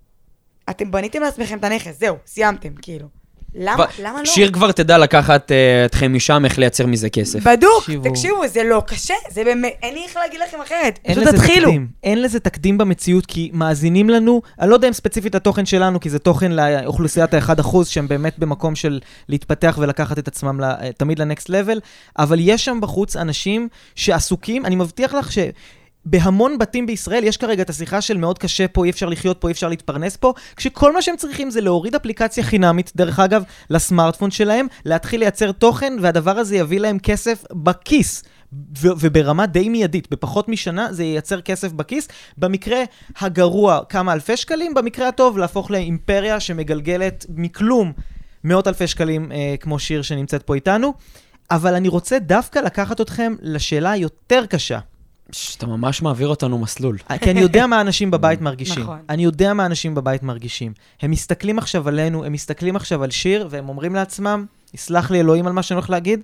אתם בניתם לעצמכם את הנכס, זהו, סיימתם, כאילו. למה? למה לא? שיר כבר תדע לקחת אתכם משם, איך לייצר מזה כסף. בדוק, תקשיבו, זה לא קשה, זה באמת, אין לי איך להגיד לכם אחרת, פשוט לזה תתחילו. תקדים. אין לזה תקדים במציאות, כי מאזינים לנו, אני לא יודע אם ספציפית התוכן שלנו, כי זה תוכן לאוכלוסיית ה-אחד אחוז, שהם באמת במקום של להתפתח ולקחת את עצמם תמיד לנקסט לבל, אבל יש שם בחוץ אנשים שעסוקים, אני מבטיח לך ש... בהמון בתים בישראל יש כרגע את השיחה של מאוד קשה פה, אי אפשר לחיות פה, אי אפשר להתפרנס פה, כשכל מה שהם צריכים זה להוריד אפליקציה חינמית, דרך אגב, לסמארטפון שלהם, להתחיל לייצר תוכן, והדבר הזה יביא להם כסף בכיס, ו- וברמה די מיידית, בפחות משנה זה ייצר כסף בכיס, במקרה הגרוע כמה אלפי שקלים, במקרה הטוב להפוך לאימפריה שמגלגלת מכלום מאות אלפי שקלים, אה, כמו שיר שנמצאת פה איתנו, אבל אני רוצה דווקא לקחת אתכם לשאלה היותר קשה, שאתה ממש מעביר אותנו מסלול. כי אני יודע מה אנשים בבית מרגישים. נכון. אני יודע מה אנשים בבית מרגישים. הם מסתכלים עכשיו עלינו, הם מסתכלים עכשיו על שיר, והם אומרים לעצמם, יסלח לי אלוהים על מה שאני הולך להגיד,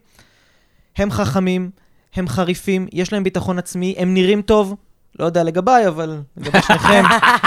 הם חכמים, הם חריפים, יש להם ביטחון עצמי, הם נראים טוב, לא יודע לגביי, אבל לגבי שניכם.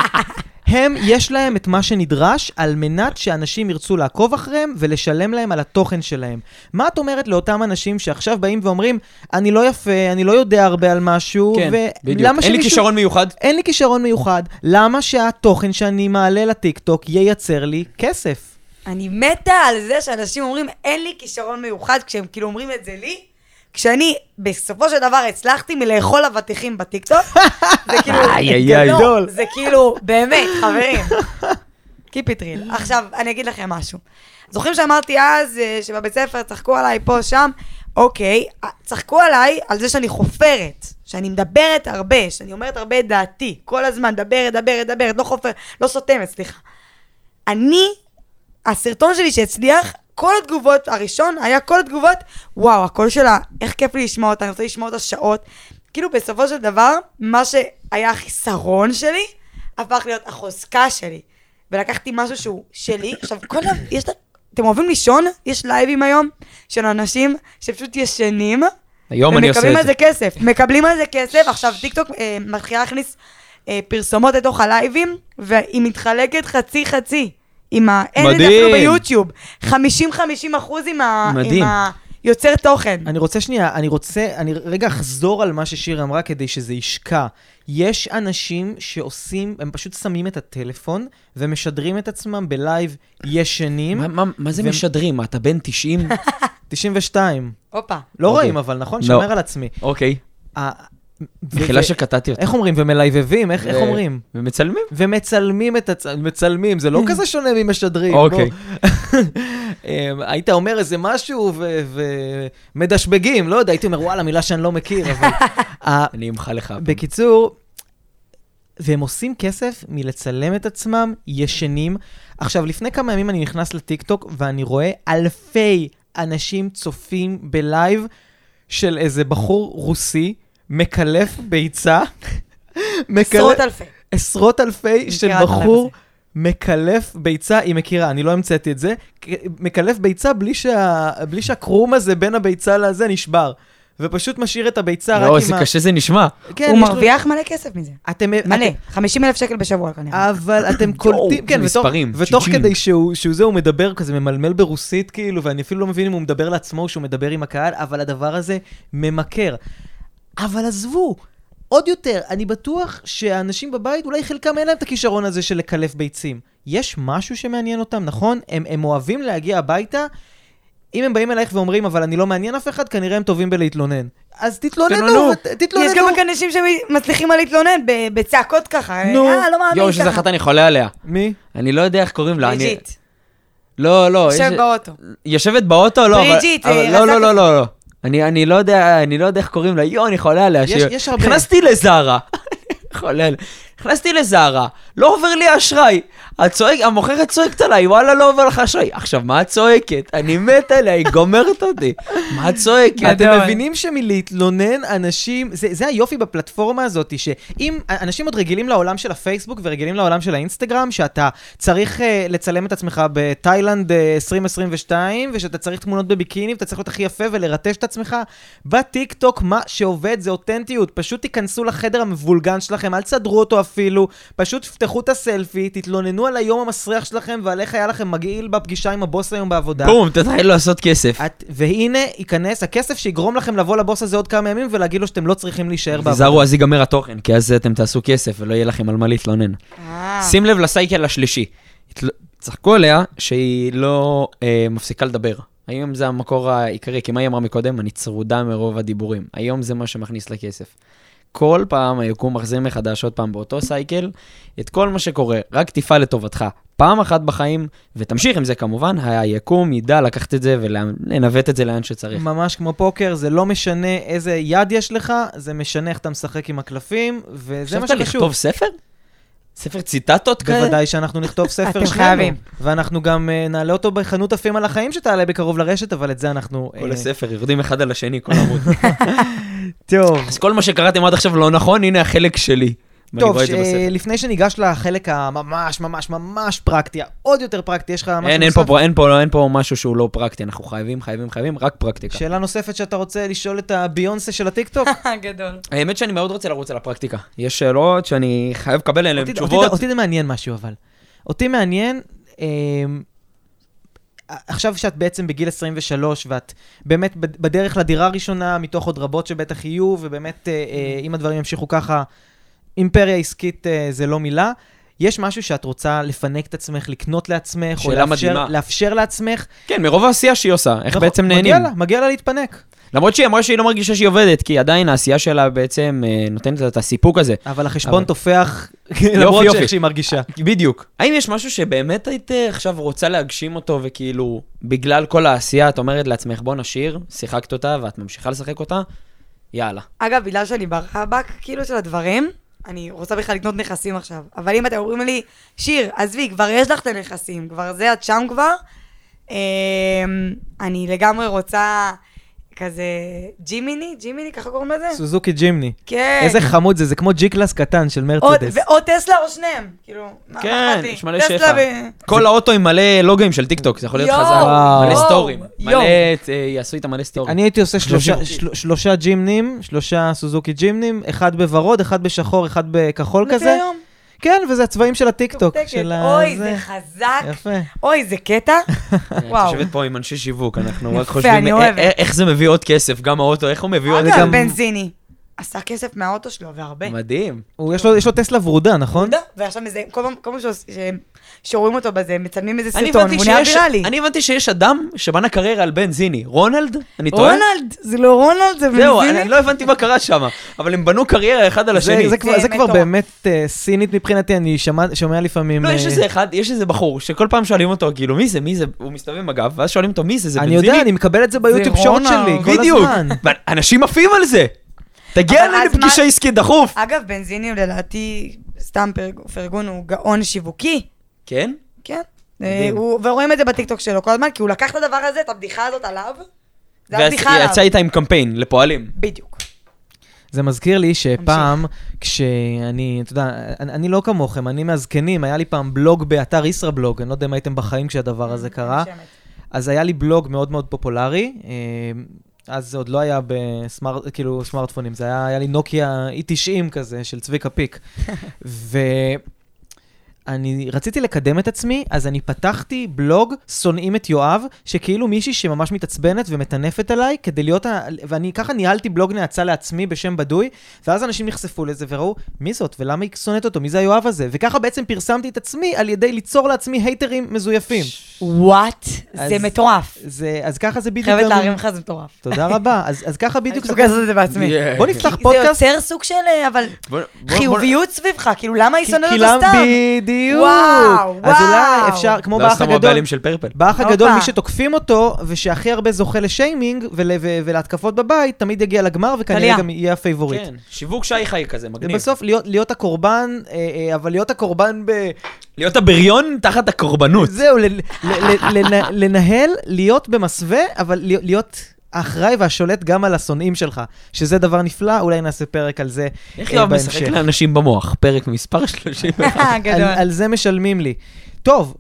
הם, יש להם את מה שנדרש על מנת שאנשים ירצו לעקוב אחריהם ולשלם להם על התוכן שלהם. מה את אומרת לאותם אנשים שעכשיו באים ואומרים, אני לא יפה, אני לא יודע הרבה על משהו, כן, בדיוק. אין שמישהו... לי כישרון מיוחד. אין לי כישרון מיוחד. למה שהתוכן שאני מעלה לטיקטוק ייצר לי כסף? אני מתה על זה שאנשים אומרים, אין לי כישרון מיוחד, כשהם כאילו אומרים את זה לי, כשאני בסופו של דבר הצלחתי מלאכול אבטיחים בטיקטוק, זה כאילו, גדול, זה כאילו, באמת, חברים, keep it real. עכשיו, אני אגיד לכם משהו. זוכרים שאמרתי אז, שבבית ספר צחקו עליי פה, שם, אוקיי, צחקו עליי על זה שאני חופרת, שאני מדברת הרבה, שאני אומרת הרבה את דעתי, כל הזמן, דברת, דברת, דברת, לא חופרת, לא סותמת, סליחה. אני, הסרטון שלי שהצליח, כל התגובות, הראשון היה כל התגובות, וואו, הקול שלה, איך כיף לי לשמוע אותה, אני רוצה לשמוע אותה שעות. כאילו בסופו של דבר, מה שהיה החיסרון שלי, הפך להיות החוזקה שלי. ולקחתי משהו שהוא שלי. עכשיו, כל דבר, יש, אתם אוהבים לישון? יש לייבים היום של אנשים שפשוט ישנים, היום אני עושה את זה. ומקבלים על זה כסף. מקבלים על זה כסף, עכשיו טיקטוק אה, מתחילה להכניס אה, פרסומות לתוך הלייבים, והיא מתחלקת חצי חצי. עם ה... אין את זה אפילו ביוטיוב. חמישים חמישים אחוז עם ה... עם היוצר תוכן. אני רוצה שנייה, אני רוצה, אני רגע אחזור על מה ששיר אמרה כדי שזה ישקע. יש אנשים שעושים, הם פשוט שמים את הטלפון ומשדרים את עצמם בלייב ישנים. מה, מה, מה זה משדרים? מה, אתה בן תשעים? תשעים ושתיים. אופה. לא רואים, אבל נכון, שומר על עצמי. אוקיי. מחילה שקטעתי אותה. איך אומרים? ומלייבבים? איך אומרים? ומצלמים? ומצלמים את הצ... מצלמים, זה לא כזה שונה ממשדרים. אוקיי. היית אומר איזה משהו ומדשבגים, לא יודע, הייתי אומר, וואלה, מילה שאני לא מכיר, אבל... אני אמחה לך. בקיצור, והם עושים כסף מלצלם את עצמם, ישנים. עכשיו, לפני כמה ימים אני נכנס לטיקטוק, ואני רואה אלפי אנשים צופים בלייב של איזה בחור רוסי, מקלף ביצה. עשרות אלפי. עשרות אלפי של בחור מקלף ביצה, היא מכירה, אני לא המצאתי את זה, מקלף ביצה בלי, שה, בלי שהקרום הזה בין הביצה לזה נשבר. ופשוט משאיר את הביצה רק עם לא, ה... זה קשה, זה נשמע. כן, הוא יש לו- מרוויח מלא כסף מזה. אתם... מלא, אתם- חמישים אלף שקל בשבוע כנראה. אבל אתם קולטים, כן, זה ותוך- מספרים, ותוך צ'יצ'ינג. כדי שהוא שהוא זה, הוא מדבר כזה ממלמל ברוסית, כאילו, ואני אפילו לא מבין אם הוא מדבר לעצמו או שהוא מדבר עם הקהל, אבל הדבר הזה ממכר. אבל עזבו, עוד יותר, אני בטוח שהאנשים בבית, אולי חלקם אין להם את הכישרון הזה של לקלף ביצים. יש משהו שמעניין אותם, נכון? הם, הם אוהבים להגיע הביתה, אם הם באים אלייך ואומרים, אבל אני לא מעניין אף אחד, כנראה הם טובים בלהתלונן. אז תתלוננו, תתלוננו. ות- תתלוננו. יש גם אנשים שמצליחים להתלונן ב- בצעקות ככה. נו. אה, לא מאמין יואו, שזה ככה. אחת אני חולה עליה. מי? אני לא יודע איך קוראים לה. אני- בריג'יט. לא, לא. יושב יש- באוטו. יושבת באוטו? לא, אבל... בריג'יט, אבל- אה, לא, לא, רצה לא, לא, לא. אני אני לא יודע, אני לא יודע איך קוראים לה. יואו, אני חולה עליה. יש- שהיא- יש הרבה. נכנסתי לזארה. חולה עליה. נכנסתי לזארה, לא עובר לי אשראי. הצועק, המוכרת צועקת עליי, וואלה, לא עובר לך אשראי. עכשיו, מה את צועקת? אני מת עליה, היא גומרת אותי. מה את צועקת? אתם מבינים שמלהתלונן אנשים, זה, זה היופי בפלטפורמה הזאת, שאם אנשים עוד רגילים לעולם של הפייסבוק ורגילים לעולם של האינסטגרם, שאתה צריך uh, לצלם את עצמך בתאילנד uh, עשרים עשרים ושתיים, ושאתה צריך תמונות בביקיני, ואתה צריך להיות הכי יפה ולרטש את עצמך, בטיק טוק מה שעובד זה אותנטיות, פשוט תיכנסו לחדר המבולגן שלכם, אל תסדרו אותו אפילו, פשוט תפתחו את הסלפי, תתלוננו על היום המסריח שלכם, ועל איך היה לכם מגעיל בפגישה עם הבוס היום בעבודה. בום, תתחיל לעשות כסף. את, והנה ייכנס הכסף שיגרום לכם לבוא לבוס הזה עוד כמה ימים ולהגיד לו שאתם לא צריכים להישאר בעבודה. תיזהרו, אז ייגמר התוכן, כי אז אתם תעשו כסף ולא יהיה לכם על מה להתלונן. אה. שים לב לסייקל השלישי. התל- צחקו עליה שהיא לא אה, מפסיקה לדבר. היום זה המקור העיקרי, כי מה היא אמרה מקודם? אני צרודה מרוב הדיבורים. היום זה מה שמכניס לכסף. כל פעם היקום מחזיר מחדש עוד פעם באותו סייקל, את כל מה שקורה, רק תפעל לטובתך. פעם אחת בחיים, ותמשיך עם זה כמובן, היקום ידע לקחת את זה ולנווט את זה לאן שצריך. ממש כמו פוקר, זה לא משנה איזה יד יש לך, זה משנה איך אתה משחק עם הקלפים, וזה מה חשבת שחשוב. לכתוב ספר? ספר ציטטות כאלה? בוודאי שאנחנו נכתוב ספר אתם שלנו. חייבים. ואנחנו גם uh, נעלה אותו בחנות אפים על החיים שתעלה בקרוב לרשת, אבל את זה אנחנו... כל אה, הספר, יורדים אחד על השני, כל עמוד. טוב. אז כל מה שקראתם עד עכשיו לא נכון, הנה החלק שלי. ואני טוב, רואה את זה ש- בספר. לפני שניגש לחלק הממש ממש ממש פרקטי, עוד יותר פרקטי, יש לך משהו אין, אין נוסף? פה, אין פה, אין פה משהו שהוא לא פרקטי, אנחנו חייבים, חייבים, חייבים, רק פרקטיקה. שאלה נוספת שאתה רוצה לשאול את הביונסה של הטיקטוק? גדול. האמת שאני מאוד רוצה לרוץ על הפרקטיקה. יש שאלות שאני חייב לקבל עליהן אותי- תשובות. אותי- אותי זה מעניין משהו, אבל. אותי מעניין, אמ, עכשיו שאת בעצם בגיל עשרים ושלוש, ואת באמת בד- בדרך לדירה הראשונה, מתוך עוד רבות שבטח יהיו, ובאמת, אה, אה, אם הדברים ימשיכו ככה, אימפריה עסקית אה, זה לא מילה. יש משהו שאת רוצה לפנק את עצמך, לקנות לעצמך, או שאלה לאפשר, מדהימה. לאפשר לעצמך. כן, מרוב העשייה שהיא עושה, איך נכון, בעצם נהנים. מגיע לה, מגיע לה להתפנק. למרות שהיא אמרה שהיא לא מרגישה שהיא עובדת, כי עדיין העשייה שלה בעצם אה, נותנת לה את הסיפוק הזה. אבל החשבון אבל- תופח, למרות יופי. שאיך שהיא מרגישה. בדיוק. האם יש משהו שבאמת היית אה, עכשיו רוצה להגשים אותו, וכאילו, בגלל כל העשייה, את אומרת לעצמך, בוא נשאיר, שיחקת אותה, ואת ממשיכה לשחק אותה, יאללה. אגב, בגלל שאני ברחבק, כאילו של הדברים, אני רוצה בכלל לקנות נכסים עכשיו. אבל אם אתם אומרים לי, שיר, עזבי, כבר יש לך את הנכסים, כבר זה, את שם כבר, אמ, אני לגמרי רוצה כזה ג'ימיני, ג'ימיני, ככה קוראים לזה? סוזוקי ג'ימני. כן. איזה חמוד זה, זה כמו ג'י-קלאס קטן של עוד- מרצדס. או טסלה או שניהם, כאילו, מה כן, אכפת לי? יש מלא טסלה שפע. ו- כל האוטו עם מלא לוגוים של טיקטוק, זה יכול להיות יואו, חזק. מלא יואו, סטורים. יואו. מלא, אה, יעשו איתם מלא סטורים. אני הייתי עושה שלושה- שלושה. של- שלושה ג'ימנים, שלושה סוזוקי ג'ימנים, אחד בוורוד, אחד בשחור, אחד בכחול לפי כזה. היום. כן, וזה הצבעים של הטיקטוק. טוקטקת. של ה- אוי, זה חזק. יפה. אוי, זה קטע. את וואו. יושבת פה עם אנשי שיווק, אנחנו רק יפה, חושבים אני א- אוהבת. א- איך זה מביא עוד כסף, גם האוטו, איך הוא מביא עוד... אגב, גם- בנזיני. עשה כסף מהאוטו שלו, והרבה. מדהים. הוא- יש לו- יש לו טסלה ורודה, נכון? תודה. ועכשיו מזה, כל פעם- כל פעם שעוש- ש- שרואים אותו בזה, מצלמים איזה אני סרטון, הבנתי והוא נהיה שיש- ויראלי. אני הבנתי שיש אדם שבנה קריירה על בנזיני. רונלד? אני טועה? רונלד, זה לא רונלד, זה זהו, בנזיני. אני לא הבנתי מה קרה שם, אבל הם בנו קריירה אחד על זה- השני. זה כבר- זה כבר מטורף. באמת אה, סינית מבחינתי, אני שמע- שומע לפעמים... לא, יש אה, איזה אחד, יש איזה בחור, שכל פעם שואלים אותו, כאילו, מי זה, מי זה, הוא מסתובב עם הגב, ואז שואלים אותו, מי זה, זה אני בנזיני? יודע, אני מקבל את זה ביוטיוב שורט רונלד. שלי, כל בדיוק. הזמן. ואנשים עפים על זה. תגיע אבל אז לפגישה מה- עסקית דחוף. אגב, בנזיני הוא לדעתי, סתם פרג- פרגון, הוא גאון שיווקי. כן? כן. מדהים. אה, הוא- ורואים את זה בטיקטוק שלו כל הזמן, כי הוא לקח את הדבר הזה, את הבדיחה הזאת עליו. זה הבדיחה עליו. ויצא איתה עם קמפיין לפועלים. בדיוק. זה מזכיר לי שפעם, כשאני, אתה יודע, אני, אני לא כמוכם, אני מהזקנים, היה לי פעם בלוג באתר ישראבלוג, אני לא יודע אם הייתם בחיים כשהדבר הזה קרה, אז היה לי בלוג מאוד מאוד פופולרי, אה, אז זה עוד לא היה בסמארט, כאילו סמארטפונים, זה היה, היה לי נוקיה אי תשעים כזה, של צביקה פיק. ואני רציתי לקדם את עצמי, אז אני פתחתי בלוג שונאים את יואב, שכאילו מישהי שממש מתעצבנת ומטנפת עליי, כדי להיות, ה... ואני ככה ניהלתי בלוג נאצה לעצמי בשם בדוי, ואז אנשים נחשפו לזה וראו, מי זאת ולמה היא שונאת אותו, מי זה היואב הזה? וככה בעצם פרסמתי את עצמי על ידי ליצור לעצמי הייטרים מזויפים. וואט? זה מטורף. זה, אז ככה זה בדיוק... חייבת להרים לך, זה מטורף. תודה רבה. אז, אז ככה בדיוק... אני שוקעת את זה בעצמי. בוא נפתח פודקאסט. זה יוצר סוג של, אבל חיוביות סביבך, כאילו למה היא שונאת אותו סתם? בדיוק. וואו, אז וואו. אולי אפשר, כמו באח הגדול... לא סתם הבעלים של פרפל. באח הגדול, מי שתוקפים אותו, ושהכי הרבה זוכה לשיימינג, ולהתקפות בבית, תמיד יגיע לגמר, וכנראה גם יהיה הפייבוריט. כן, שיווק שי חי כזה, מגניב. ובסוף להיות הקורבן, אבל להיות הקורבן ב... להיות הבריון תחת הקורבנות. זהו, לנהל, להיות במסווה, אבל להיות האחראי והשולט גם על השונאים שלך, שזה דבר נפלא, אולי נעשה פרק על זה בהמשך. איך יואב משחק לאנשים במוח? פרק מספר שלושים. על זה משלמים לי. טוב,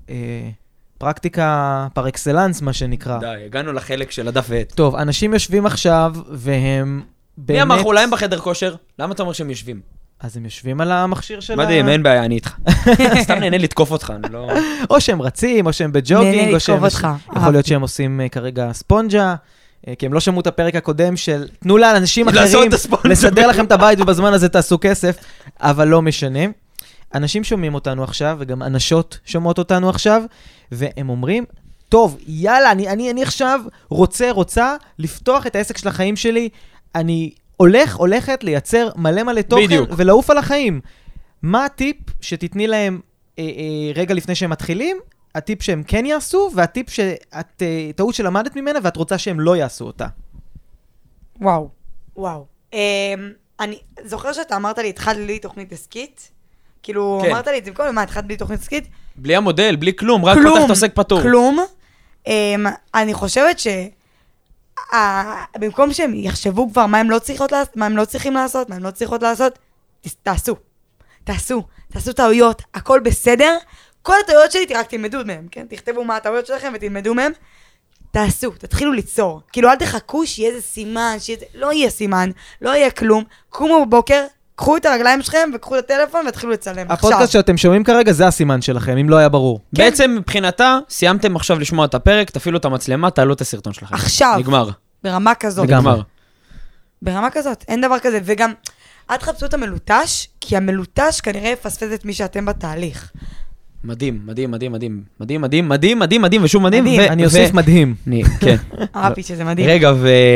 פרקטיקה פר אקסלנס, מה שנקרא. די, הגענו לחלק של הדף ועט. טוב, אנשים יושבים עכשיו, והם באמת... מי אמר, אולי הם בחדר כושר? למה אתה אומר שהם יושבים? אז הם יושבים על המכשיר של... מדהים, אין בעיה, אני איתך. סתם נהנה לתקוף אותך, אני לא... או שהם רצים, או שהם בג'וגינג, נהנה לתקוף אותך. יכול להיות שהם עושים כרגע ספונג'ה, כי הם לא שמעו את הפרק הקודם של תנו לאנשים אחרים לסדר לכם את הבית, ובזמן הזה תעשו כסף, אבל לא משנה. אנשים שומעים אותנו עכשיו, וגם אנשות שומעות אותנו עכשיו, והם אומרים, טוב, יאללה, אני, אני, אני עכשיו רוצה, רוצה לפתוח את העסק של החיים שלי, אני הולך, הולכת לייצר מלא מלא תוכן, בדיוק. ולעוף על החיים. מה הטיפ שתתני להם אה, אה, רגע לפני שהם מתחילים? הטיפ שהם כן יעשו, והטיפ שאת, אה, טעות שלמדת ממנה, ואת רוצה שהם לא יעשו אותה. וואו, וואו. אה, אני זוכר שאתה אמרת לי, התחלת לי תוכנית עסקית, כאילו, כן. אמרת לי את זה בכל, מה, התחלת בלי תוכנית עסקית? בלי המודל, בלי כלום, רק כלום, פתחת עוסק פטור. כלום. Um, אני חושבת ש... Uh, במקום שהם יחשבו כבר מה הם לא צריכות לעשות, מה הם לא צריכים לעשות, מה הם לא צריכות לעשות, תעשו. תעשו. תעשו טעויות. הכל בסדר. כל הטעויות שלי, רק תלמדו מהם, כן? תכתבו מה הטעויות שלכם ותלמדו מהם. תעשו. תתחילו ליצור. כאילו, אל תחכו שיהיה איזה סימן, שיהיה... לא יהיה סימן, לא יהיה כלום. קומו בבוקר, קחו את הרגליים שלכם וקחו את הטלפון והתחילו לצלם. הפודקאסט שאתם שומעים כרגע זה הסימן שלכם, אם לא היה ברור. כן. בעצם מבחינתה, סיימתם עכשיו לשמוע את הפרק, תפעילו את המצלמה, תעלו את הסרטון שלכם. עכשיו. נגמר. ברמה כזאת. נגמר. ברמה כזאת, אין דבר כזה. וגם, אל תחפשו את המלוטש, כי המלוטש כנראה יפספס את מי שאתם בתהליך. מדהים, מדהים, מדהים, מדהים. מדהים, מדהים, מדהים, מדהים, מדהים, ושוב מדהים. מדהים. אני אוסיף מדהים. כן. אהבתי שזה מדהים. רגע,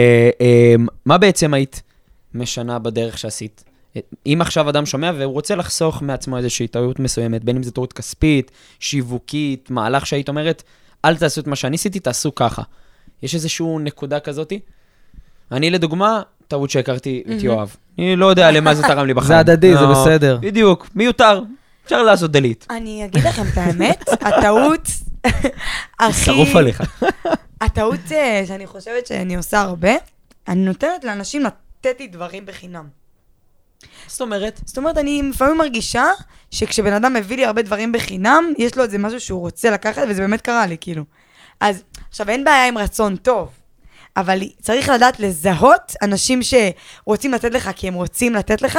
ומה בעצם היית משנה בדרך שעשית? אם עכשיו אדם שומע והוא רוצה לחסוך מעצמו איזושהי טעות מסוימת, בין אם זו טעות כספית, שיווקית, מהלך שהיית אומרת, אל תעשו את מה שאני עשיתי, תעשו ככה. יש איזשהו נקודה כזאתי? אני לדוגמה, טעות שהכרתי את יואב. אני לא יודע למה זה תרם לי בחיים. זה הדדי, זה בסדר. בדיוק, מיותר. אפשר לעשות דלית. אני אגיד לכם את האמת, הטעות הכי... שרוף עליך. הטעות שאני חושבת שאני עושה הרבה, אני נותנת לאנשים לתת לי דברים בחינם. זאת אומרת? זאת אומרת, אני לפעמים מרגישה שכשבן אדם מביא לי הרבה דברים בחינם, יש לו איזה משהו שהוא רוצה לקחת, וזה באמת קרה לי, כאילו. אז, עכשיו, אין בעיה עם רצון טוב, אבל צריך לדעת לזהות אנשים שרוצים לתת לך כי הם רוצים לתת לך,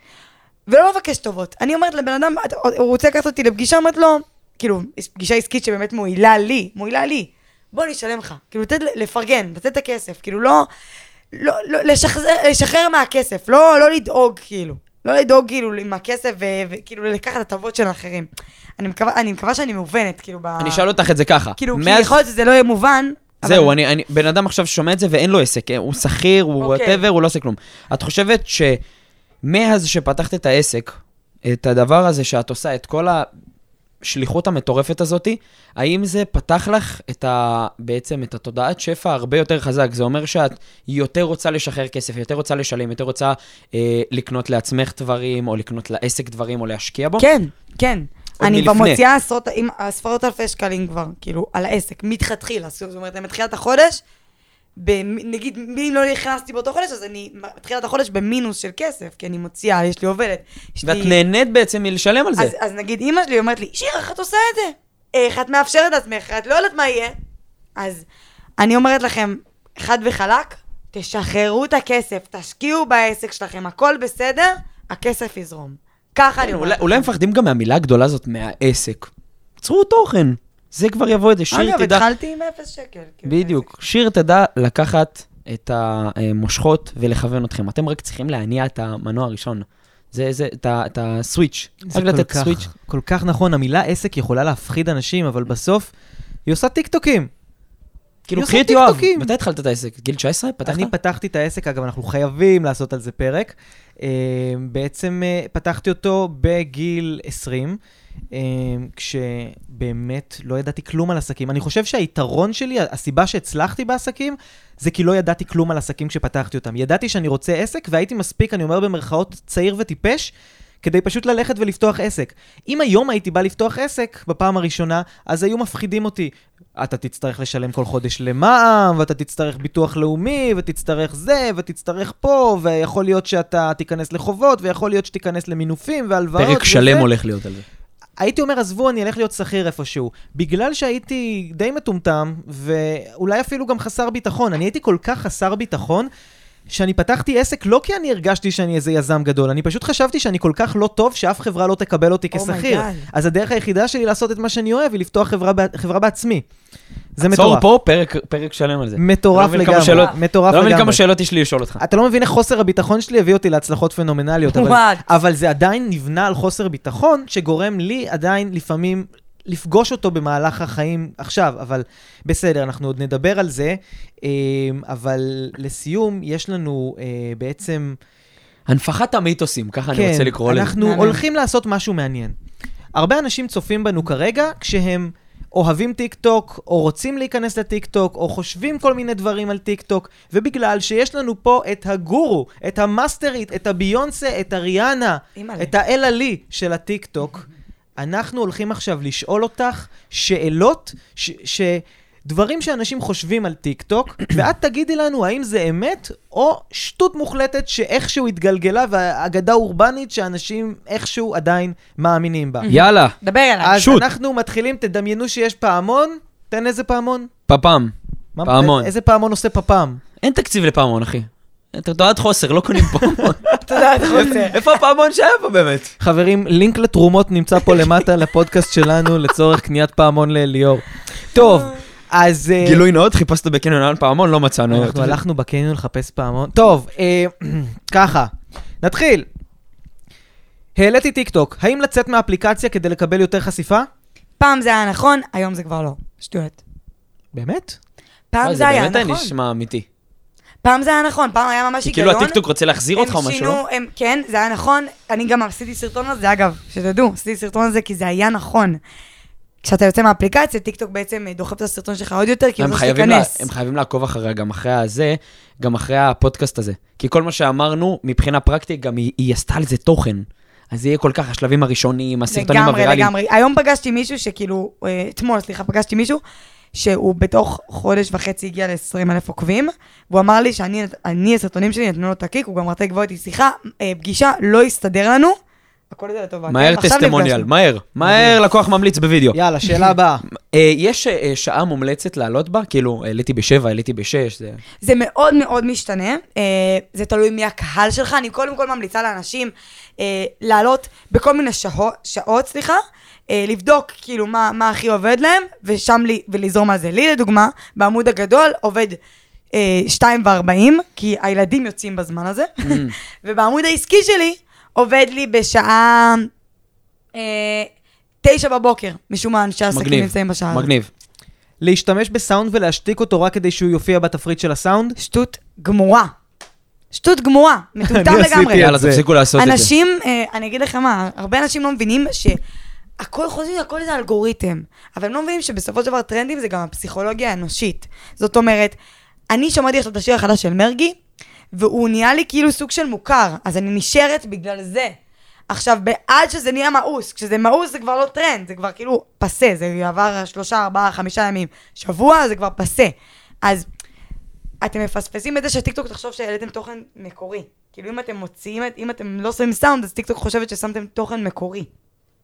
ולא לבקש טובות. אני אומרת לבן אדם, הוא רוצה לקחת אותי לפגישה, אומרת לו, כאילו, פגישה עסקית שבאמת מועילה לי, מועילה לי, בוא נשלם לך. כאילו, לתת, לפרגן, לתת את הכסף, כאילו, לא... לא, לא, לשחרר, לשחרר מהכסף, לא, לא לדאוג, כאילו. לא לדאוג, כאילו, עם הכסף, וכאילו, לקחת את הטובות של האחרים. אני מקווה, אני מקווה שאני מובנת, כאילו, ב... אני אשאל אותך את זה ככה. כאילו, מאז... כי יכול להיות שזה לא יהיה מובן. זהו, אבל... אני, אני, בן אדם עכשיו שומע את זה ואין לו עסק, הוא שכיר, הוא whatever, הוא לא עושה כלום. את חושבת שמאז שפתחת את העסק, את הדבר הזה שאת עושה, את כל ה... השליחות המטורפת הזאת, האם זה פתח לך את ה... בעצם את התודעת שפע הרבה יותר חזק? זה אומר שאת יותר רוצה לשחרר כסף, יותר רוצה לשלם, יותר רוצה אה, לקנות לעצמך דברים, או לקנות לעסק דברים, או להשקיע בו? כן, כן. אני כבר מוציאה עשרות, עשרות אלפי שקלים כבר, כאילו, על העסק, מתחתחילה. זאת אומרת, אני מתחילת החודש, נגיד, אם לא נכנסתי באותו חודש, אז אני מתחילת החודש במינוס של כסף, כי אני מוציאה, יש לי עובדת. ואת נהנית בעצם מלשלם על זה. אז, אז נגיד, אמא שלי אומרת לי, שיר, איך את עושה את זה? איך את מאפשרת את עצמך? את לא יודעת מה יהיה? אז אני אומרת לכם, חד וחלק, תשחררו את הכסף, תשקיעו בעסק שלכם, הכל בסדר, הכסף יזרום. ככה אני אומרת. אולי הם מפחדים גם מהמילה הגדולה הזאת, מהעסק. צרו תוכן. זה כבר יבוא איזה שיר תדע. אגב, התחלתי עם אפס שקל. בדיוק. שיר תדע לקחת את המושכות ולכוון אתכם. אתם רק צריכים להניע את המנוע הראשון. זה, זה, את הסוויץ'. זה כל כך, כל כך נכון. המילה עסק יכולה להפחיד אנשים, אבל בסוף היא עושה טיקטוקים. כאילו, קחי את יואב. מתי התחלת את העסק? גיל תשע עשרה? פתחת? אני פתחתי את העסק, אגב, אנחנו חייבים לעשות על זה פרק. בעצם פתחתי אותו בגיל עשרים, כשבאמת לא ידעתי כלום על עסקים. אני חושב שהיתרון שלי, הסיבה שהצלחתי בעסקים, זה כי לא ידעתי כלום על עסקים כשפתחתי אותם. ידעתי שאני רוצה עסק, והייתי מספיק, אני אומר במרכאות, צעיר וטיפש, כדי פשוט ללכת ולפתוח עסק. אם היום הייתי בא לפתוח עסק בפעם הראשונה, אז היו מפחידים אותי. אתה תצטרך לשלם כל חודש למע"מ, ואתה תצטרך ביטוח לאומי, ותצטרך זה, ותצטרך פה, ויכול להיות שאתה תיכנס לחובות, ויכול להיות שתיכנס למינופים והלוואות. פרק שלם הולך להיות על זה. הייתי אומר, עזבו, אני אלך להיות שכיר איפשהו. בגלל שהייתי די מטומטם, ואולי אפילו גם חסר ביטחון. אני הייתי כל כך חסר ביטחון, שאני פתחתי עסק לא כי אני הרגשתי שאני איזה יזם גדול, אני פשוט חשבתי שאני כל כך לא טוב שאף חברה לא תקבל אותי כשכיר. אז הדרך היחידה שלי לעשות את מה שאני אוהב היא לפתוח חברה, חברה בעצמי. זה מטורף. עצור פה, פרק, פרק שלם על זה. מטורף לגמרי. שאלות, מטורף לא לגמרי. מבין כמה שאלות יש לי לשאול אותך. אתה לא מבין איך חוסר הביטחון שלי הביא אותי להצלחות פנומנליות, אבל, אבל זה עדיין נבנה על חוסר ביטחון, שגורם לי עדיין לפעמים לפגוש אותו במהלך החיים עכשיו, אבל בסדר, אנחנו עוד נדבר על זה, אבל לסיום, יש לנו בעצם... הנפחת המיתוסים, ככה כן, אני רוצה לקרוא לזה. אנחנו מעניין. הולכים לעשות משהו מעניין. הרבה אנשים צופים בנו כרגע, כשהם אוהבים טיק טוק, או רוצים להיכנס לטיק טוק, או חושבים כל מיני דברים על טיק טוק, ובגלל שיש לנו פה את הגורו, את המאסטרית, את הביונסה, את אריאנה, את האל עלי של הטיק טוק, אנחנו הולכים עכשיו לשאול אותך שאלות, ש... ש... דברים שאנשים חושבים על טיק טוק, ואת תגידי לנו האם זה אמת, או שטות מוחלטת שאיכשהו התגלגלה, והאגדה אורבנית שאנשים איכשהו עדיין מאמינים בה. יאללה. דבר אליי. אז שוט. אנחנו מתחילים, תדמיינו שיש פעמון, תן איזה פעמון. פפם. מה- פעמון. איזה פעמון עושה פפם? אין תקציב לפעמון, אחי. אתה תודעת חוסר, לא קונים פעמון. תודה, אתה רוצה. איפה הפעמון שהיה פה באמת? חברים, לינק לתרומות נמצא פה למטה לפודקאסט שלנו, לצורך קניית פעמון לאליאור. טוב, אז... אה, גילוי נאות, חיפשת בקניון על פעמון, לא מצאנו. אנחנו הלכנו בקניון לחפש פעמון. טוב, אה, ככה, נתחיל. העליתי טיק טוק, האם לצאת מהאפליקציה כדי לקבל יותר חשיפה? פעם זה היה נכון, היום זה כבר לא. שטויות. באמת? פעם זה היה זה באמת נכון. נשמע אמיתי. פעם זה היה נכון, פעם היה ממש היגיון. כאילו הטיקטוק רוצה להחזיר אותך או משהו, לא? הם, כן, זה היה נכון. אני גם עשיתי סרטון על זה, אגב, שתדעו, עשיתי סרטון על זה כי זה היה נכון. כשאתה יוצא מהאפליקציה, טיקטוק בעצם דוחף את הסרטון שלך עוד יותר, כי הוא רוצה להיכנס. הם חייבים לעקוב אחריה, גם אחרי הזה, גם אחרי הפודקאסט הזה. כי כל מה שאמרנו, מבחינה פרקטית, גם היא, היא עשתה על זה תוכן. אז זה יהיה כל כך השלבים הראשונים, הסרטונים הוויראליים. לגמרי, לגמרי. היום פגשתי מישהו שכאילו, אתמול, סליחה, פגשתי מישהו, שהוא בתוך חודש וחצי הגיע ל-עשרים אלף עוקבים, והוא אמר לי שאני, אני, הסרטונים שלי, נתנו לו את הקיק, הוא גם רצה לקבוע איתי שיחה, פגישה, לא יסתדר לנו, הכל זה לטובה. מהר טסטימוניאל, מהר, מהר לקוח ממליץ בווידאו. יאללה, שאלה הבאה. יש שעה מומלצת לעלות בה? כאילו, העליתי בשבע, העליתי בשש, זה... זה מאוד מאוד משתנה, זה תלוי מי הקהל שלך, אני קודם כל ממליצה לאנשים לעלות בכל מיני שעות, סליחה, לבדוק כאילו מה, מה הכי עובד להם, ושם לי, ולזרום על זה. לי לדוגמה, בעמוד הגדול עובד שתיים וארבעים, כי הילדים יוצאים בזמן הזה, ובעמוד העסקי שלי עובד לי בשעה תשע בבוקר, משום מה אנשי עסקים נמצאים בשעה. מגניב. להשתמש בסאונד ולהשתיק אותו רק כדי שהוא יופיע בתפריט של הסאונד? שטות גמורה. שטות גמורה, מטומטם לגמרי. יאללה, תפסיקו לעשות את זה. אנשים, אני אגיד לכם מה, הרבה אנשים לא מבינים שהכל חושבים, הכל זה אלגוריתם, אבל הם לא מבינים שבסופו של דבר טרנדים זה גם הפסיכולוגיה האנושית. זאת אומרת, אני שמעתי עכשיו את השיר החדש של מרגי, והוא נהיה לי כאילו סוג של מוכר, אז אני נשארת בגלל זה. עכשיו, עד שזה נהיה מאוס, כשזה מאוס זה כבר לא טרנד, זה כבר כאילו פסה, זה עבר שלושה, ארבעה, חמישה ימים, שבוע זה כבר פסה. אז אתם מפספסים את זה שטיקטוק תחשוב שהעליתם תוכן מקורי. כאילו אם אתם מוציאים, אם אתם לא שמים סאונד, אז טיקטוק חושבת ששמתם תוכן מקורי.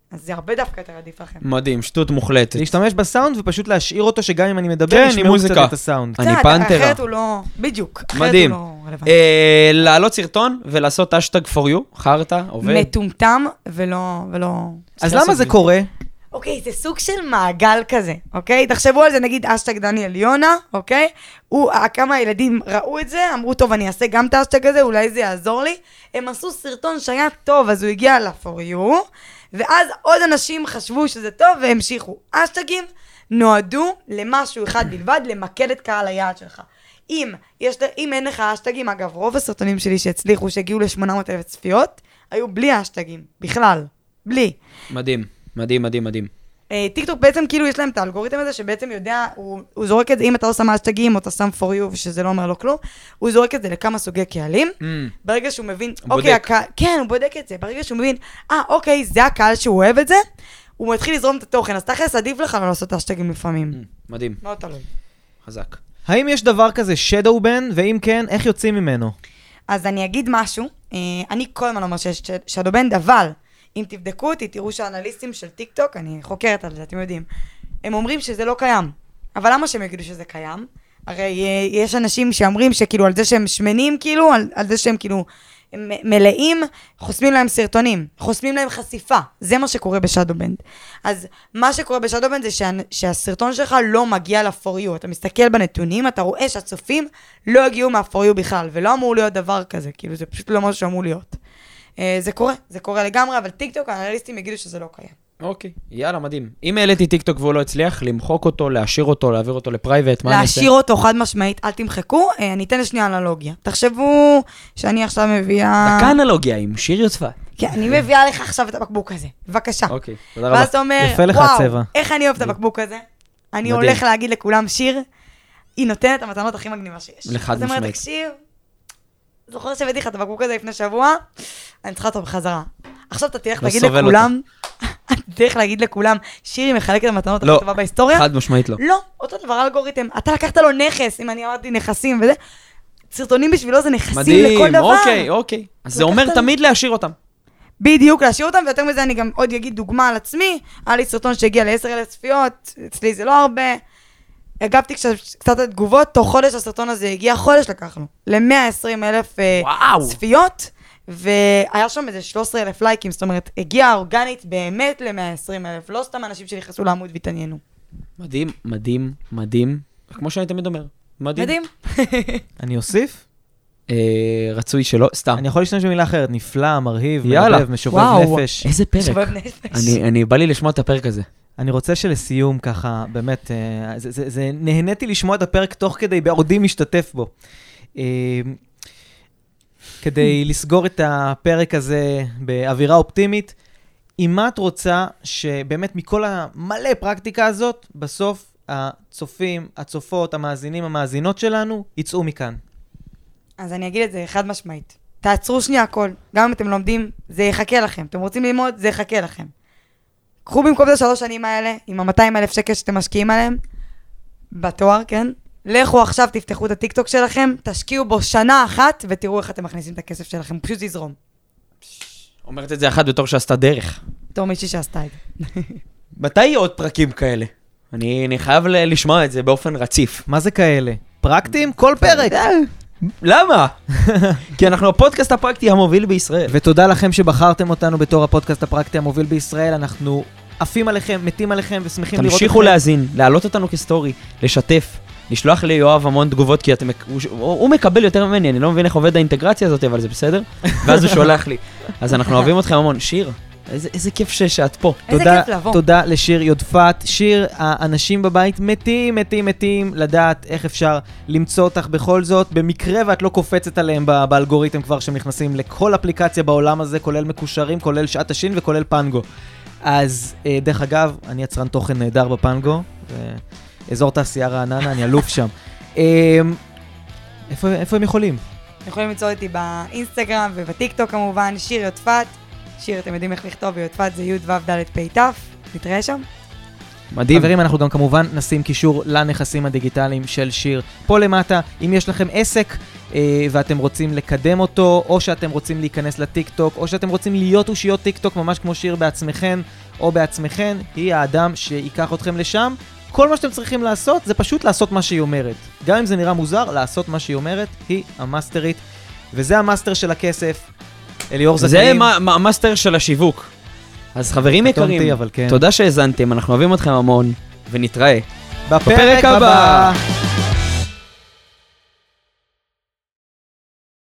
אז זה הרבה דווקא יותר עדיף לכם. מדהים, שטות מוחלטת. להשתמש בסאונד ופשוט להשאיר אותו, שגם אם אני מדבר, כן, עם ישמעו מוזיקה. קצת את הסאונד. אני קצת, פנתרה. אחרת הוא לא... בדיוק. אחרת מדהים. הוא לא רלוונטי. אה, לעלות סרטון ולעשות השטג for you, חרטה, עובד. מטומטם ולא... ולא... אז למה זה קורה? אוקיי, זה סוג של מעגל כזה, אוקיי? תחשבו על זה, נגיד, אשטג דניאל יונה, אוקיי? הוא, כמה ילדים ראו את זה, אמרו, טוב, אני אעשה גם את האשטג הזה, אולי זה יעזור לי. הם עשו סרטון שהיה טוב, אז הוא הגיע ל-for you, ואז עוד אנשים חשבו שזה טוב והמשיכו. אשטגים נועדו למשהו אחד בלבד, למקד את קהל היעד שלך. אם, יש, אם אין לך אשטגים, אגב, רוב הסרטונים שלי שהצליחו, שהגיעו ל-שמונה מאות אלף צפיות, היו בלי אשטגים, בכלל, בלי. מדהים, מדהים, מדהים, מדהים. טיקטוק בעצם כאילו יש להם את האלגוריתם הזה שבעצם יודע, הוא, הוא זורק את זה, אם אתה לא שם אשטגים או אתה שם for you ושזה לא אומר לו כלום, הוא זורק את זה לכמה סוגי קהלים. Mm. ברגע שהוא מבין, אוקיי, הקהל, כן, הוא בודק את זה. ברגע שהוא מבין, אה, אוקיי, זה הקהל שהוא אוהב את זה, הוא מתחיל לזרום את התוכן, אז תכף עדיף לך לא לעשות אשטגים לפעמים. Mm, מדהים. מאוד תלוי. חזק. האם יש דבר כזה shadow ban, ואם כן, איך יוצאים ממנו? אז אני אגיד משהו, אני כל הזמן אומר שיש shadow ban, אבל אם תבדקו אותי, תראו שהאנליסטים של טיק טוק, אני חוקרת על זה, אתם יודעים, הם אומרים שזה לא קיים. אבל למה שהם יגידו שזה קיים? הרי יש אנשים שאומרים שכאילו על זה שהם שמנים, כאילו, על, על זה שהם כאילו הם מלאים, חוסמים להם סרטונים, חוסמים להם חשיפה. זה מה שקורה בשאדובנד. אז מה שקורה בשאדובנד זה שה, שהסרטון שלך לא מגיע ל-for you. אתה מסתכל בנתונים, אתה רואה שהצופים לא הגיעו מה-for you בכלל, ולא אמור להיות דבר כזה, כאילו זה פשוט לא משהו שאמור להיות. זה קורה, זה קורה לגמרי, אבל טיק טוק, האנליסטים יגידו שזה לא קיים. אוקיי, יאללה, מדהים. אם העליתי טיק טוק והוא לא הצליח, למחוק אותו, להשאיר אותו, להעביר אותו לפרייבט, מה אני אעשה? להשאיר אותו חד משמעית, אל תמחקו, אני אתן לשנייה אנלוגיה. תחשבו שאני עכשיו מביאה... דקה אנלוגיה עם שיר יוצפת. כן, אני מביאה לך עכשיו את הבקבוק הזה, בבקשה. אוקיי, תודה רבה. ואז אתה אומר, וואו, איך אני אוהב את הבקבוק הזה? אני הולך להגיד לכולם שיר, היא נותנת המתנות הכי מגניבה שיש. לחד משמעית. זוכר שהבאתי לך את הבקבוק הזה לפני שבוע, אני צריכה אותו בחזרה. עכשיו אתה תלך להגיד לכולם, אתה תלך להגיד לכולם, שירי מחלקת המתנות הכי טובה בהיסטוריה. חד משמעית לא. לא, אותו דבר אלגוריתם. אתה לקחת לו נכס, אם אני אמרתי נכסים וזה, סרטונים בשבילו זה נכסים לכל דבר. אוקיי, אוקיי. אז זה אומר תמיד להשאיר אותם. בדיוק, להשאיר אותם, ויותר מזה אני גם עוד אגיד דוגמה על עצמי, היה לי סרטון שהגיע ל-עשר אלף צפיות, אצלי זה לא הרבה. הגבתי קצת את תגובות, תוך חודש הסרטון הזה הגיע, חודש לקח לו, ל-מאה ועשרים אלף צפיות, והיה שם איזה שלושה עשר אלף לייקים, זאת אומרת, הגיעה אורגנית באמת ל-מאה ועשרים אלף, לא סתם אנשים שנכנסו לעמוד והתעניינו. מדהים, מדהים, מדהים, כמו שאני תמיד אומר, מדהים. מדהים. אני אוסיף? רצוי שלא, סתם. אני יכול להשתמש במילה אחרת, נפלא, מרהיב, מרבב, משובב נפש. איזה פרק. אני בא לי לשמוע את הפרק הזה. אני רוצה שלסיום ככה, באמת, זה, זה, זה, נהניתי לשמוע את הפרק תוך כדי בעודי משתתף בו. כדי לסגור את הפרק הזה באווירה אופטימית, אם מה את רוצה שבאמת מכל המלא פרקטיקה הזאת, בסוף הצופים, הצופות, המאזינים, המאזינות שלנו, יצאו מכאן. אז אני אגיד את זה חד משמעית. תעצרו שנייה הכל. גם אם אתם לומדים, זה יחכה לכם. אתם רוצים ללמוד, זה יחכה לכם. קחו במקום את השלוש שנים האלה, עם ה-מאתיים אלף שקל שאתם משקיעים עליהם, בתואר, כן? לכו עכשיו, תפתחו את הטיקטוק שלכם, תשקיעו בו שנה אחת, ותראו איך אתם מכניסים את הכסף שלכם, הוא פשוט יזרום. אומרת את זה אחת בתור שעשתה דרך. בתור מישהי שעשתה את זה. מתי יהיו עוד פרקים כאלה? אני, אני חייב לשמוע את זה באופן רציף. מה זה כאלה? פרקטים? כל פרק. למה? כי אנחנו הפודקאסט הפרקטי המוביל בישראל. ותודה לכם שבחרתם אותנו בתור הפודקאסט הפרקטי המוביל בישראל. אנחנו עפים עליכם, מתים עליכם ושמחים לראות אתכם. תמשיכו להאזין, להעלות אותנו כסטורי, לשתף, לשלוח לי יואב המון תגובות, כי אתם, הוא, הוא מקבל יותר ממני, אני לא מבין איך עובד האינטגרציה הזאת, אבל זה בסדר. ואז הוא שולח לי. אז אנחנו אוהבים אתכם המון. שיר, איזה, איזה כיף שאת פה. איזה תודה, כיף לבוא. תודה לשיר יודפת. שיר, האנשים בבית מתים, מתים, מתים לדעת איך אפשר למצוא אותך בכל זאת. במקרה ואת לא קופצת עליהם באלגוריתם כבר שהם נכנסים לכל אפליקציה בעולם הזה, כולל מקושרים, כולל שעת השין וכולל פנגו. אז דרך אגב, אני יצרן תוכן נהדר בפנגו, אזור תעשייה רעננה, אני אלוף שם. איפה, איפה הם יכולים? יכולים למצוא אותי באינסטגרם ובטיקטוק כמובן, שיר יודפת. שיר, אתם יודעים איך לכתוב, ויודפת זה י' ו' ד' פ' ת', נתראה שם. מדהים. חברים, אנחנו גם כמובן נשים קישור לנכסים הדיגיטליים של שיר. פה למטה, אם יש לכם עסק אה, ואתם רוצים לקדם אותו, או שאתם רוצים להיכנס לטיק טוק, או שאתם רוצים להיות אושיות טיק טוק ממש כמו שיר בעצמכם, או בעצמכן, היא האדם שיקח אתכם לשם. כל מה שאתם צריכים לעשות זה פשוט לעשות מה שהיא אומרת. גם אם זה נראה מוזר, לעשות מה שהיא אומרת, היא המאסטרית. וזה המאסטר של הכסף. אליאור זכאים. זה המאסטר של השיווק. אז חברים יקרים, אבל כן. תודה שהזנתם, אנחנו אוהבים אתכם המון, ונתראה בפרק הבא.